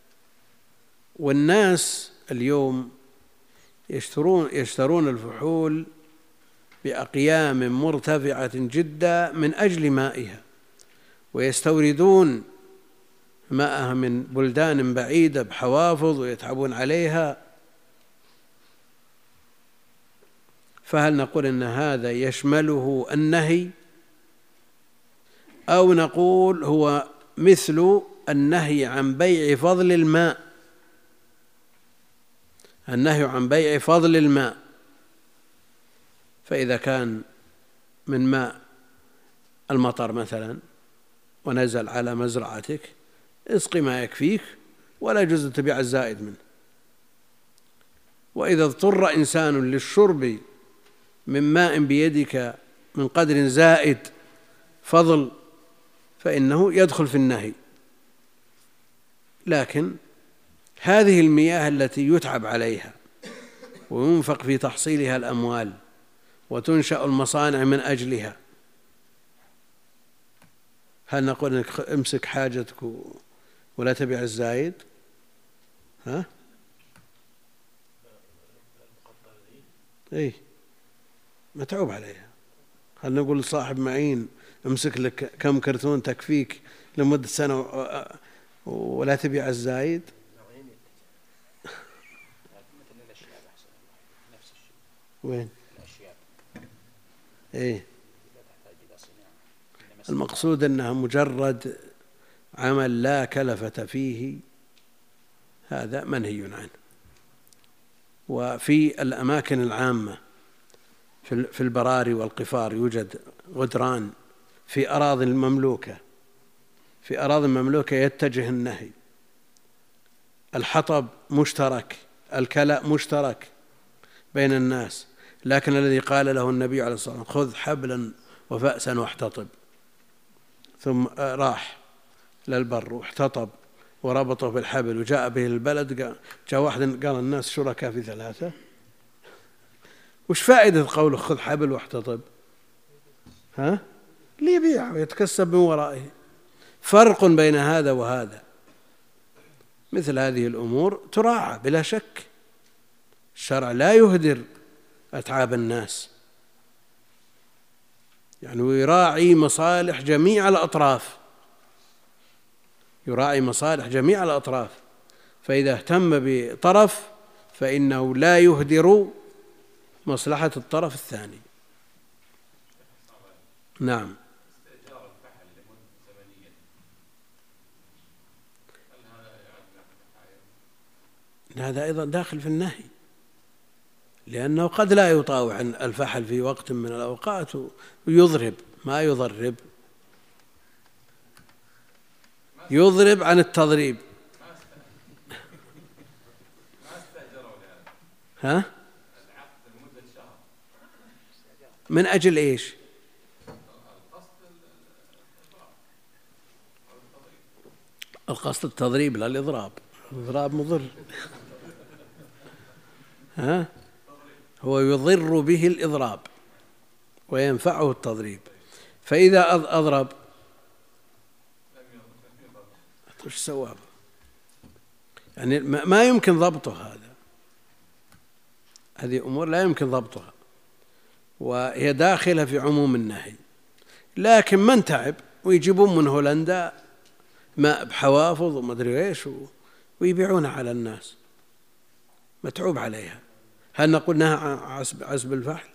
Speaker 1: والناس اليوم يشترون الفحول بأقيام مرتفعة جدا من أجل مائها، ويستوردون ماءها من بلدان بعيدة بحوافظ ويتعبون عليها. فهل نقول إن هذا يشمله النهي، أو نقول هو مثل النهي عن بيع فضل الماء النهي عن بيع فضل الماء، فإذا كان من ماء المطر مثلا ونزل على مزرعتك اسقي ما يكفيك ولا يجوز أن تبيع الزائد منه. وإذا اضطر إنسان للشرب من ماء بيدك من قدر زائد فضل فإنه يدخل في النهي. لكن هذه المياه التي يتعب عليها وينفق في تحصيلها الأموال وتنشأ المصانع من أجلها، هل نقول انك امسك حاجتك ولا تبيع الزايد؟ ها؟ اي متعوب عليها. هل نقول لصاحب معين امسك لك كم كرتون تكفيك لمدة سنة ولا تبيع الزايد؟ وين؟ ايه المقصود أنها مجرد عمل لا كلفة فيه، هذا منهي عنه. وفي الأماكن العامة في البراري والقفار يوجد غدران في أراضي المملوكة، في أراضي المملوكة يتجه النهي. الحطب مشترك، الكلأ مشترك بين الناس، لكن الذي قال له النبي عليه الصلاة والسلام خذ حبلا وفأسا واحتطب، ثم راح للبر واحتطب وربطه بالحبل وجاء به البلد، جاء واحد قال الناس شركاء في ثلاثة. وش فائدة قوله خذ حبل واحتطب؟ ها؟ ليبيع ويتكسب من ورائه. فرق بين هذا وهذا. مثل هذه الأمور تراعى بلا شك. الشرع لا يهدر أتعاب الناس، يعني يراعي مصالح جميع الأطراف، يراعي مصالح جميع الأطراف. فإذا اهتم بطرف فإنه لا يهدر مصلحة الطرف الثاني. نعم. هذا أيضا داخل في النهي، لأنه قد لا يطاوع الفحل في وقت من الأوقات ويضرب ما يضرب، يضرب عن التضريب. ها؟ من أجل إيش؟ القصد التضريب لا الإضراب، الإضراب مضر. ها؟ هو يضر به الإضراب وينفعه التضريب، فإذا أضرب وش سوى؟ يعني ما يمكن ضبطه. هذه أمور لا يمكن ضبطها، وهي داخلة في عموم النهي. لكن من تعب ويجيبون من هولندا ماء بحوافظ وما أدري إيش ويبيعونها على الناس، متعوب عليها، هل نقول نهى عزب الفحل؟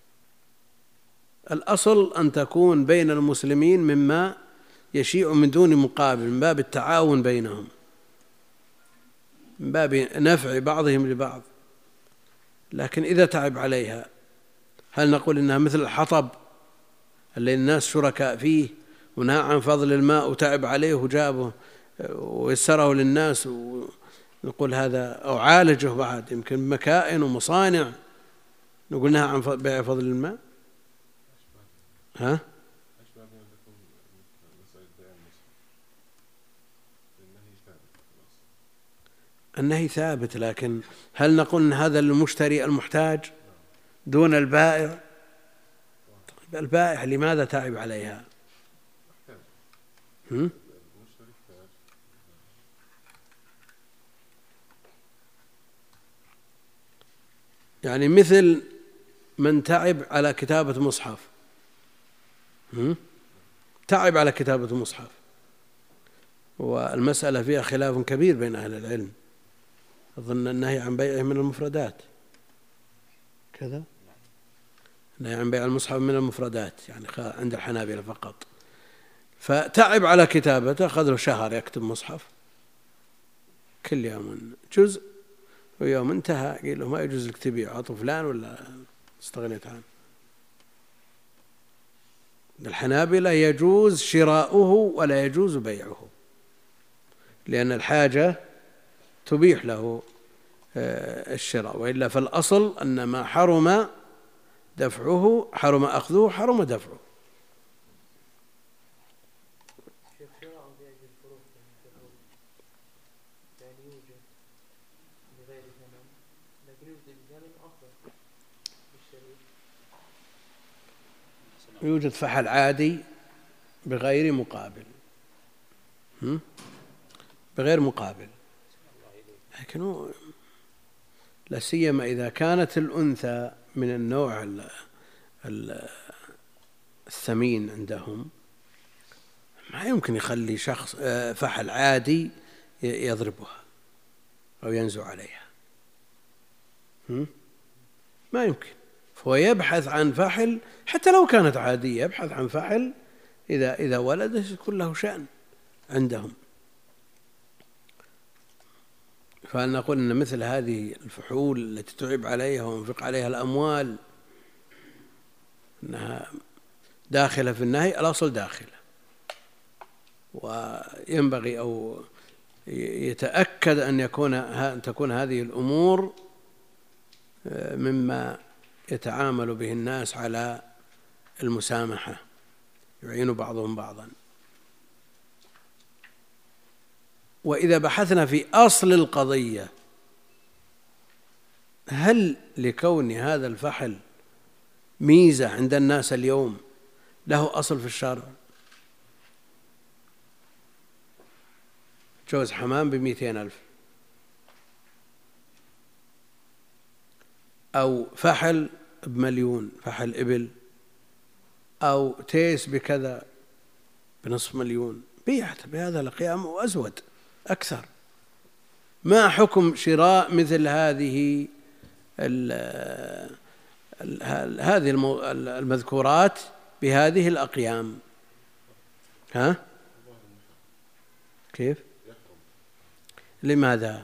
Speaker 1: الأصل أن تكون بين المسلمين مما يشيع من دون مقابل، من باب التعاون بينهم، من باب نفع بعضهم لبعض. لكن إذا تعب عليها هل نقول إنها مثل الحطب اللي الناس شركاء فيه ونهى عن فضل الماء وتعب عليه وجابه ويسره للناس ونقول هذا، أو عالجه بعد يمكن مكائن ومصانع، نقول نهى عن بيع فضل الماء؟ ها؟ النهي ثابت، لكن هل نقول أن هذا المشتري المحتاج دون البائع؟ البائع لماذا تعب عليها؟ يعني مثل من تعب على كتابة مصحف، تعب على كتابة مصحف، والمسألة فيها خلاف كبير بين أهل العلم. أظن النهي عن بيعه من المفردات كذا، النهي عن بيع المصحف من المفردات يعني عند الحنابلة فقط. فتعب على كتابته، أخذ له شهر يكتب مصحف كل يوم جزء، ويوم انتهى قيل له ما يجوز لك تبيع، أعطوا فلان ولا استغنيت عنه. الحنابلة يجوز شراؤه ولا يجوز بيعه، لأن الحاجة تبيح له الشراء، وإلا فالأصل أن ما حرم دفعه حرم أخذه حرم دفعه.
Speaker 3: شراء بأجل الفروق يعني يوجد بغير ثمن، لكن يوجد بثمن أفضل بالشريك.
Speaker 1: يوجد فحل عادي بغير مقابل، بغير مقابل، لكن لا سيما إذا كانت الأنثى من النوع الثمين عندهم، ما يمكن يخلي شخص فحل عادي يضربها أو ينزو عليها، ما يمكن. فهو يبحث عن فحل حتى لو كانت عادية، يبحث عن فحل إذا ولدت يكون له شأن عندهم. فنقول أن مثل هذه الفحول التي تعب عليها وينفق عليها الأموال أنها داخلة في النهي، الأصل داخلة، وينبغي أو يتأكد أن تكون هذه الأمور مما يتعامل به الناس على المسامحة، يعين بعضهم بعضا. وإذا بحثنا في أصل القضية، هل لكون هذا الفحل ميزة عند الناس اليوم له أصل في الشرع؟ جوز حمام ب200,000 أو فحل ب1,000,000، فحل إبل، أو تيس بكذا ب500,000، بيعت بهذا القيام وأزود أكثر. ما حكم شراء مثل هذه المذكورات بهذه الأقيام؟ ها؟ كيف؟ لماذا؟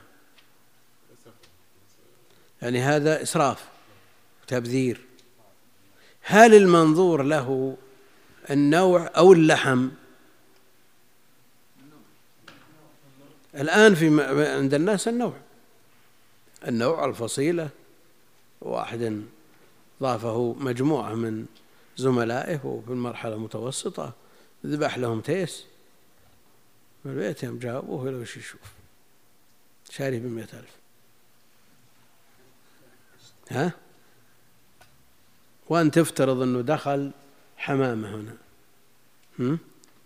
Speaker 1: يعني هذا إسراف تبذير. هل المنظور له النوع أو اللحم؟ الآن عند الناس النوع الفصيلة. واحد ضافه مجموعة من زملائه وفي المرحلة المتوسطة ذبح لهم تيس من البيت، يوم جابوه لو يشوف شاري ب100,000. ها؟ وأن تفترض أنه دخل حمامة هنا،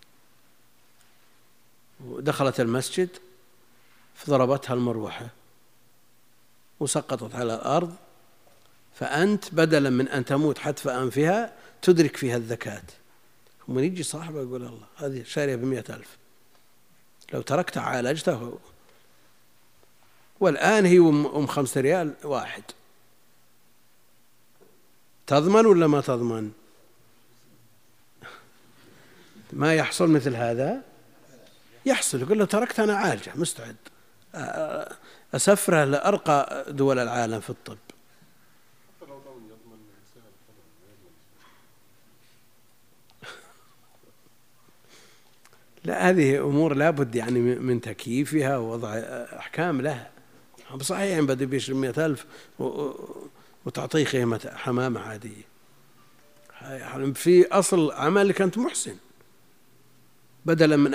Speaker 1: ودخلت المسجد فضربتها المروحة وسقطت على الأرض، فأنت بدلا من أن تموت حتف أنفها تدرك فيها الذكاة، ومن يجي صاحبه يقول الله هذه شارية ب100,000 لو تركت عالجته، والآن هي 5 ريال واحد. تضمن ولا ما تضمن؟ ما يحصل مثل هذا؟ يحصل. يقول له تركت أنا عالجة مستعد أسفره لأرقى دول العالم في الطب. لا، هذه أمور لابد يعني من تكييفها ووضع أحكام لها. بصحيح بدي بيش 100,000 وتعطيه قيمة حمامة عادية. في أصل عملك أنت محسن، بدلا من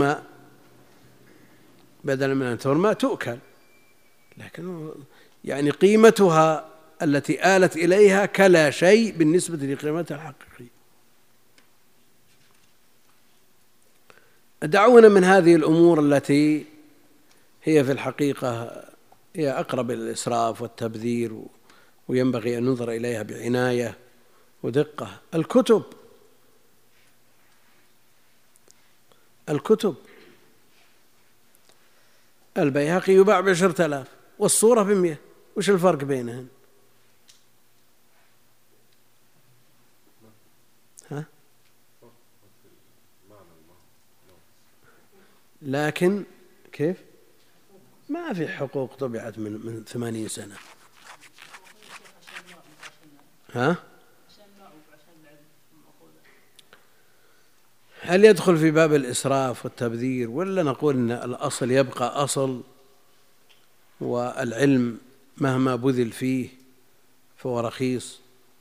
Speaker 1: أن ترمى تؤكل، لكن يعني قيمتها التي آلت إليها كلا شيء بالنسبة لقيمتها الحقيقية. دعونا من هذه الأمور التي هي في الحقيقة هي أقرب إلى الإسراف والتبذير، وينبغي أن ننظر إليها بعناية ودقة. الكتب البيهقي يباع ب10,000 والصورة ب100، وش الفرق بينهن؟ ها؟ لكن كيف؟ ما في حقوق طبعت من 80 سنة. ها؟ هل يدخل في باب الإسراف والتبذير، ولا نقول إن الأصل يبقى أصل والعلم مهما بذل فيه فهو رخيص،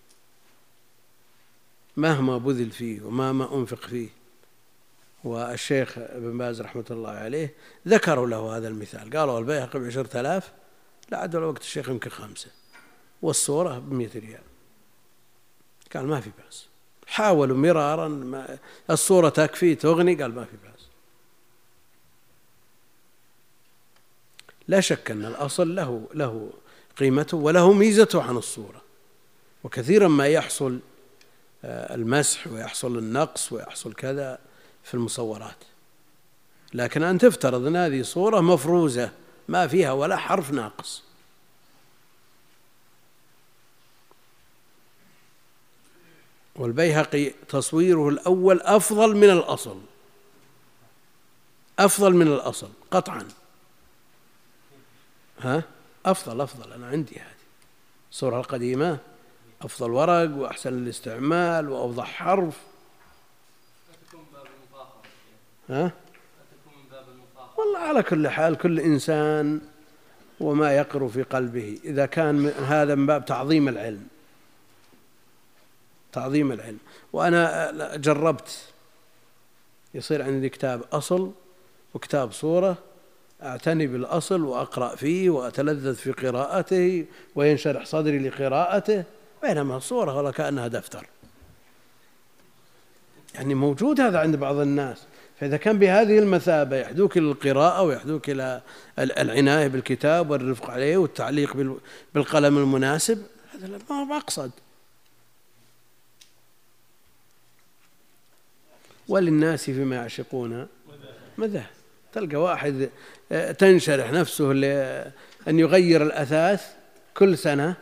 Speaker 1: مهما بذل فيه ومهما أنفق فيه؟ والشيخ ابن باز رحمة الله عليه ذكروا له هذا المثال، قالوا البيهقي ب10,000، لا عاد ولا وقت الشيخ يمكن 5، والصورة ب100 ريال. قال ما في بأس، حاولوا مرارا، الصورة تكفي تغني، قال ما في بأس. لا شك أن الأصل له قيمته وله ميزته عن الصورة، وكثيرا ما يحصل المسح ويحصل النقص ويحصل كذا في المصورات، لكن أن تفترض أن هذه صورة مفروزة ما فيها ولا حرف ناقص. والبيهقي تصويره الأول أفضل من الأصل، أفضل من الأصل قطعا. ها؟ أفضل، أنا عندي هذه الصورة القديمة أفضل ورق وأحسن الاستعمال وأوضح حرف. ها؟ والله على كل حال كل إنسان وما يقر في قلبه، إذا كان هذا من باب تعظيم العلم، تعظيم العلم. وأنا جربت يصير عندي كتاب أصل وكتاب صورة، أعتني بالأصل وأقرأ فيه وأتلذذ في قراءته وينشرح صدري لقراءته، بينما الصورة ولا كأنها دفتر. يعني موجود هذا عند بعض الناس، فإذا كان بهذه المثابة يحدوك إلى القراءة ويحدوك إلى العناية بالكتاب والرفق عليه والتعليق بالقلم المناسب، هذا ما أقصد. وللناس فيما يعشقون مذاهب. تلقى واحد تنشرح نفسه لأن يغير الأثاث كل سنة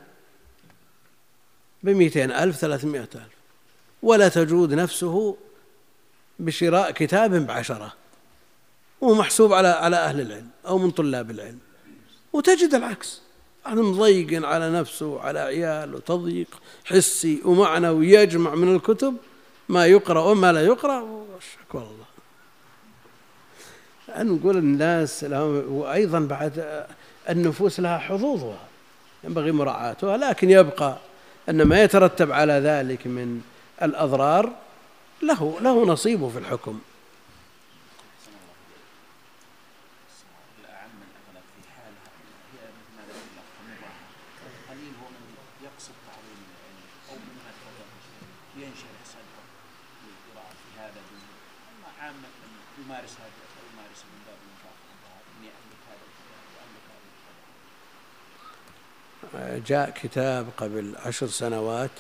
Speaker 1: ب200,000 300,000، ولا تجود نفسه بشراء كتاب ب10، وهو محسوب على أهل العلم أو من طلاب العلم. وتجد العكس، أنا مضيق على نفسه وعلى عياله، تضييق حسي ومعنوي، يجمع من الكتب ما يقرأ وما لا يقرأ، والله. نقول الناس لهم، وأيضا بعد النفوس لها حظوظها ينبغي مراعاتها، لكن يبقى أن ما يترتب على ذلك من الأضرار له نصيبه في الحكم.
Speaker 5: الأعم الأغلب في حالها هي مثل ما ذكرنا قليل هو من يقصد تعظيم العلم أو من هكذا ينشرح صدره للقراءة في هذا الدين، أما عامة من يمارس هذا أو يمارس من باب المكافأة إني أملك هذا الكتاب وأملك هذا الكتاب.
Speaker 1: جاء كتاب قبل 10 سنوات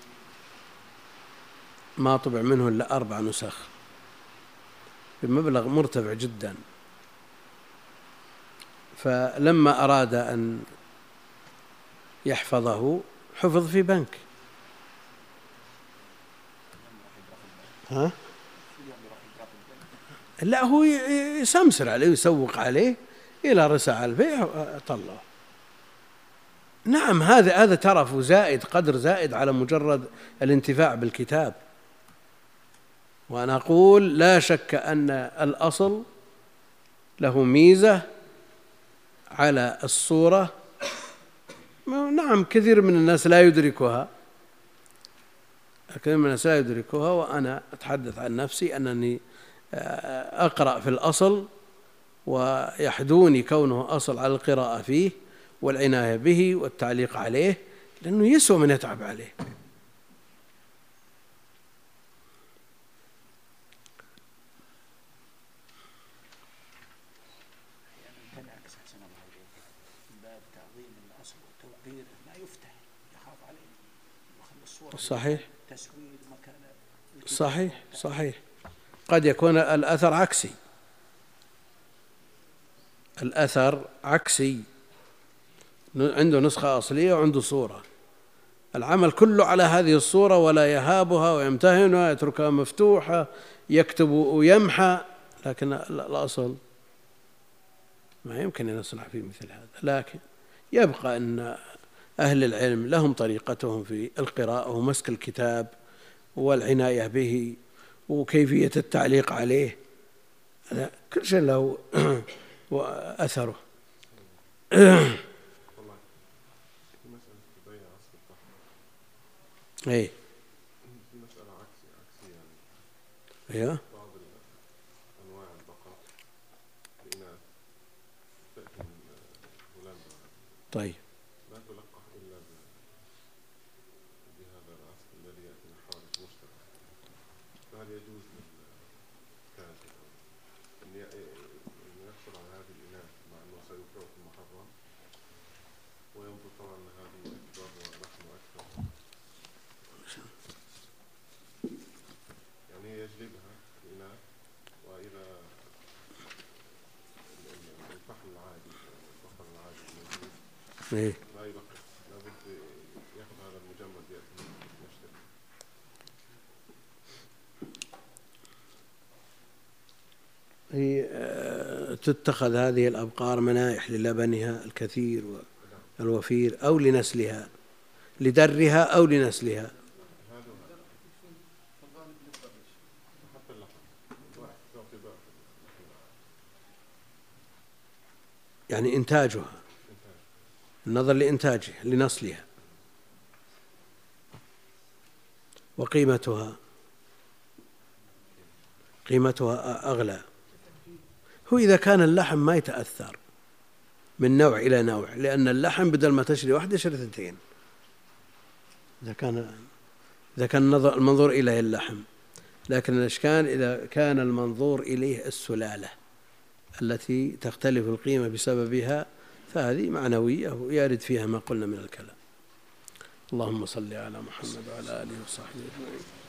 Speaker 1: ما طبع منه إلا 4 نسخ بمبلغ مرتفع جدا، فلما أراد أن يحفظه حفظ في بنك. ها؟ لا، هو يسمسر عليه ويسوق عليه إلى رسع البيع طلعه. نعم، هذا ترف زائد، قدر زائد على مجرد الانتفاع بالكتاب. وأنا أقول لا شك أن الأصل له ميزة على الصورة. نعم، كثير من الناس لا يدركها، وأنا أتحدث عن نفسي أنني أقرأ في الأصل ويحدوني كونه أصل على القراءة فيه والعناية به والتعليق عليه، لأنه يسوى من يتعب عليه. صحيح، صحيح. قد يكون الأثر عكسي، عنده نسخة أصلية وعنده صورة، العمل كله على هذه الصورة ولا يهابها ويمتهنها، يتركها مفتوحة، يكتب ويمحى، لكن الأصل ما يمكن أن يصلح في مثل هذا، لكن يبقى أن أهل العلم لهم طريقتهم في القراءة ومسك الكتاب والعناية به وكيفية التعليق عليه، كل شيء له وأثره. ايه
Speaker 7: في مسألة عكسية يعني
Speaker 1: ايوه
Speaker 7: بعض أنواع البقر الإناث تأتي من هولندا
Speaker 1: طيب
Speaker 7: لا تلقح إلا بهذا العسل الذي يأتي من خارج مشترك، فهل يجوز للكاتب أن يحصل على هذه الإناث مع أنه سيبيعه في المحرم وينظر طبعا أن هذه أكبر ولحم أكثر، يعني يجلبها الإناث وإذا الفحم العادي البقر العادي الموجود
Speaker 1: ايه
Speaker 7: لا يلقح، لابد يأخذ هذا المجمد يأتي يشتري.
Speaker 1: هي تتخذ هذه الأبقار منائح للبنها الكثير والوفير أو لنسلها، لدرها أو لنسلها.
Speaker 7: حتى اللحم تعطي بقى
Speaker 1: يعني إنتاجها، النظر لإنتاجها لنسلها. وقيمتها أغلى. هو إذا كان اللحم ما يتأثر من نوع إلى نوع، لأن اللحم بدل ما تشري واحدة يشري ثنتين، إذا كان المنظور إليه اللحم. لكن الإشكال إذا كان المنظور إليه السلالة التي تختلف القيمة بسببها، فهذه معنوية ويرد فيها ما قلنا من الكلام. اللهم صل على محمد وعلى آله وصحبه أجمعين.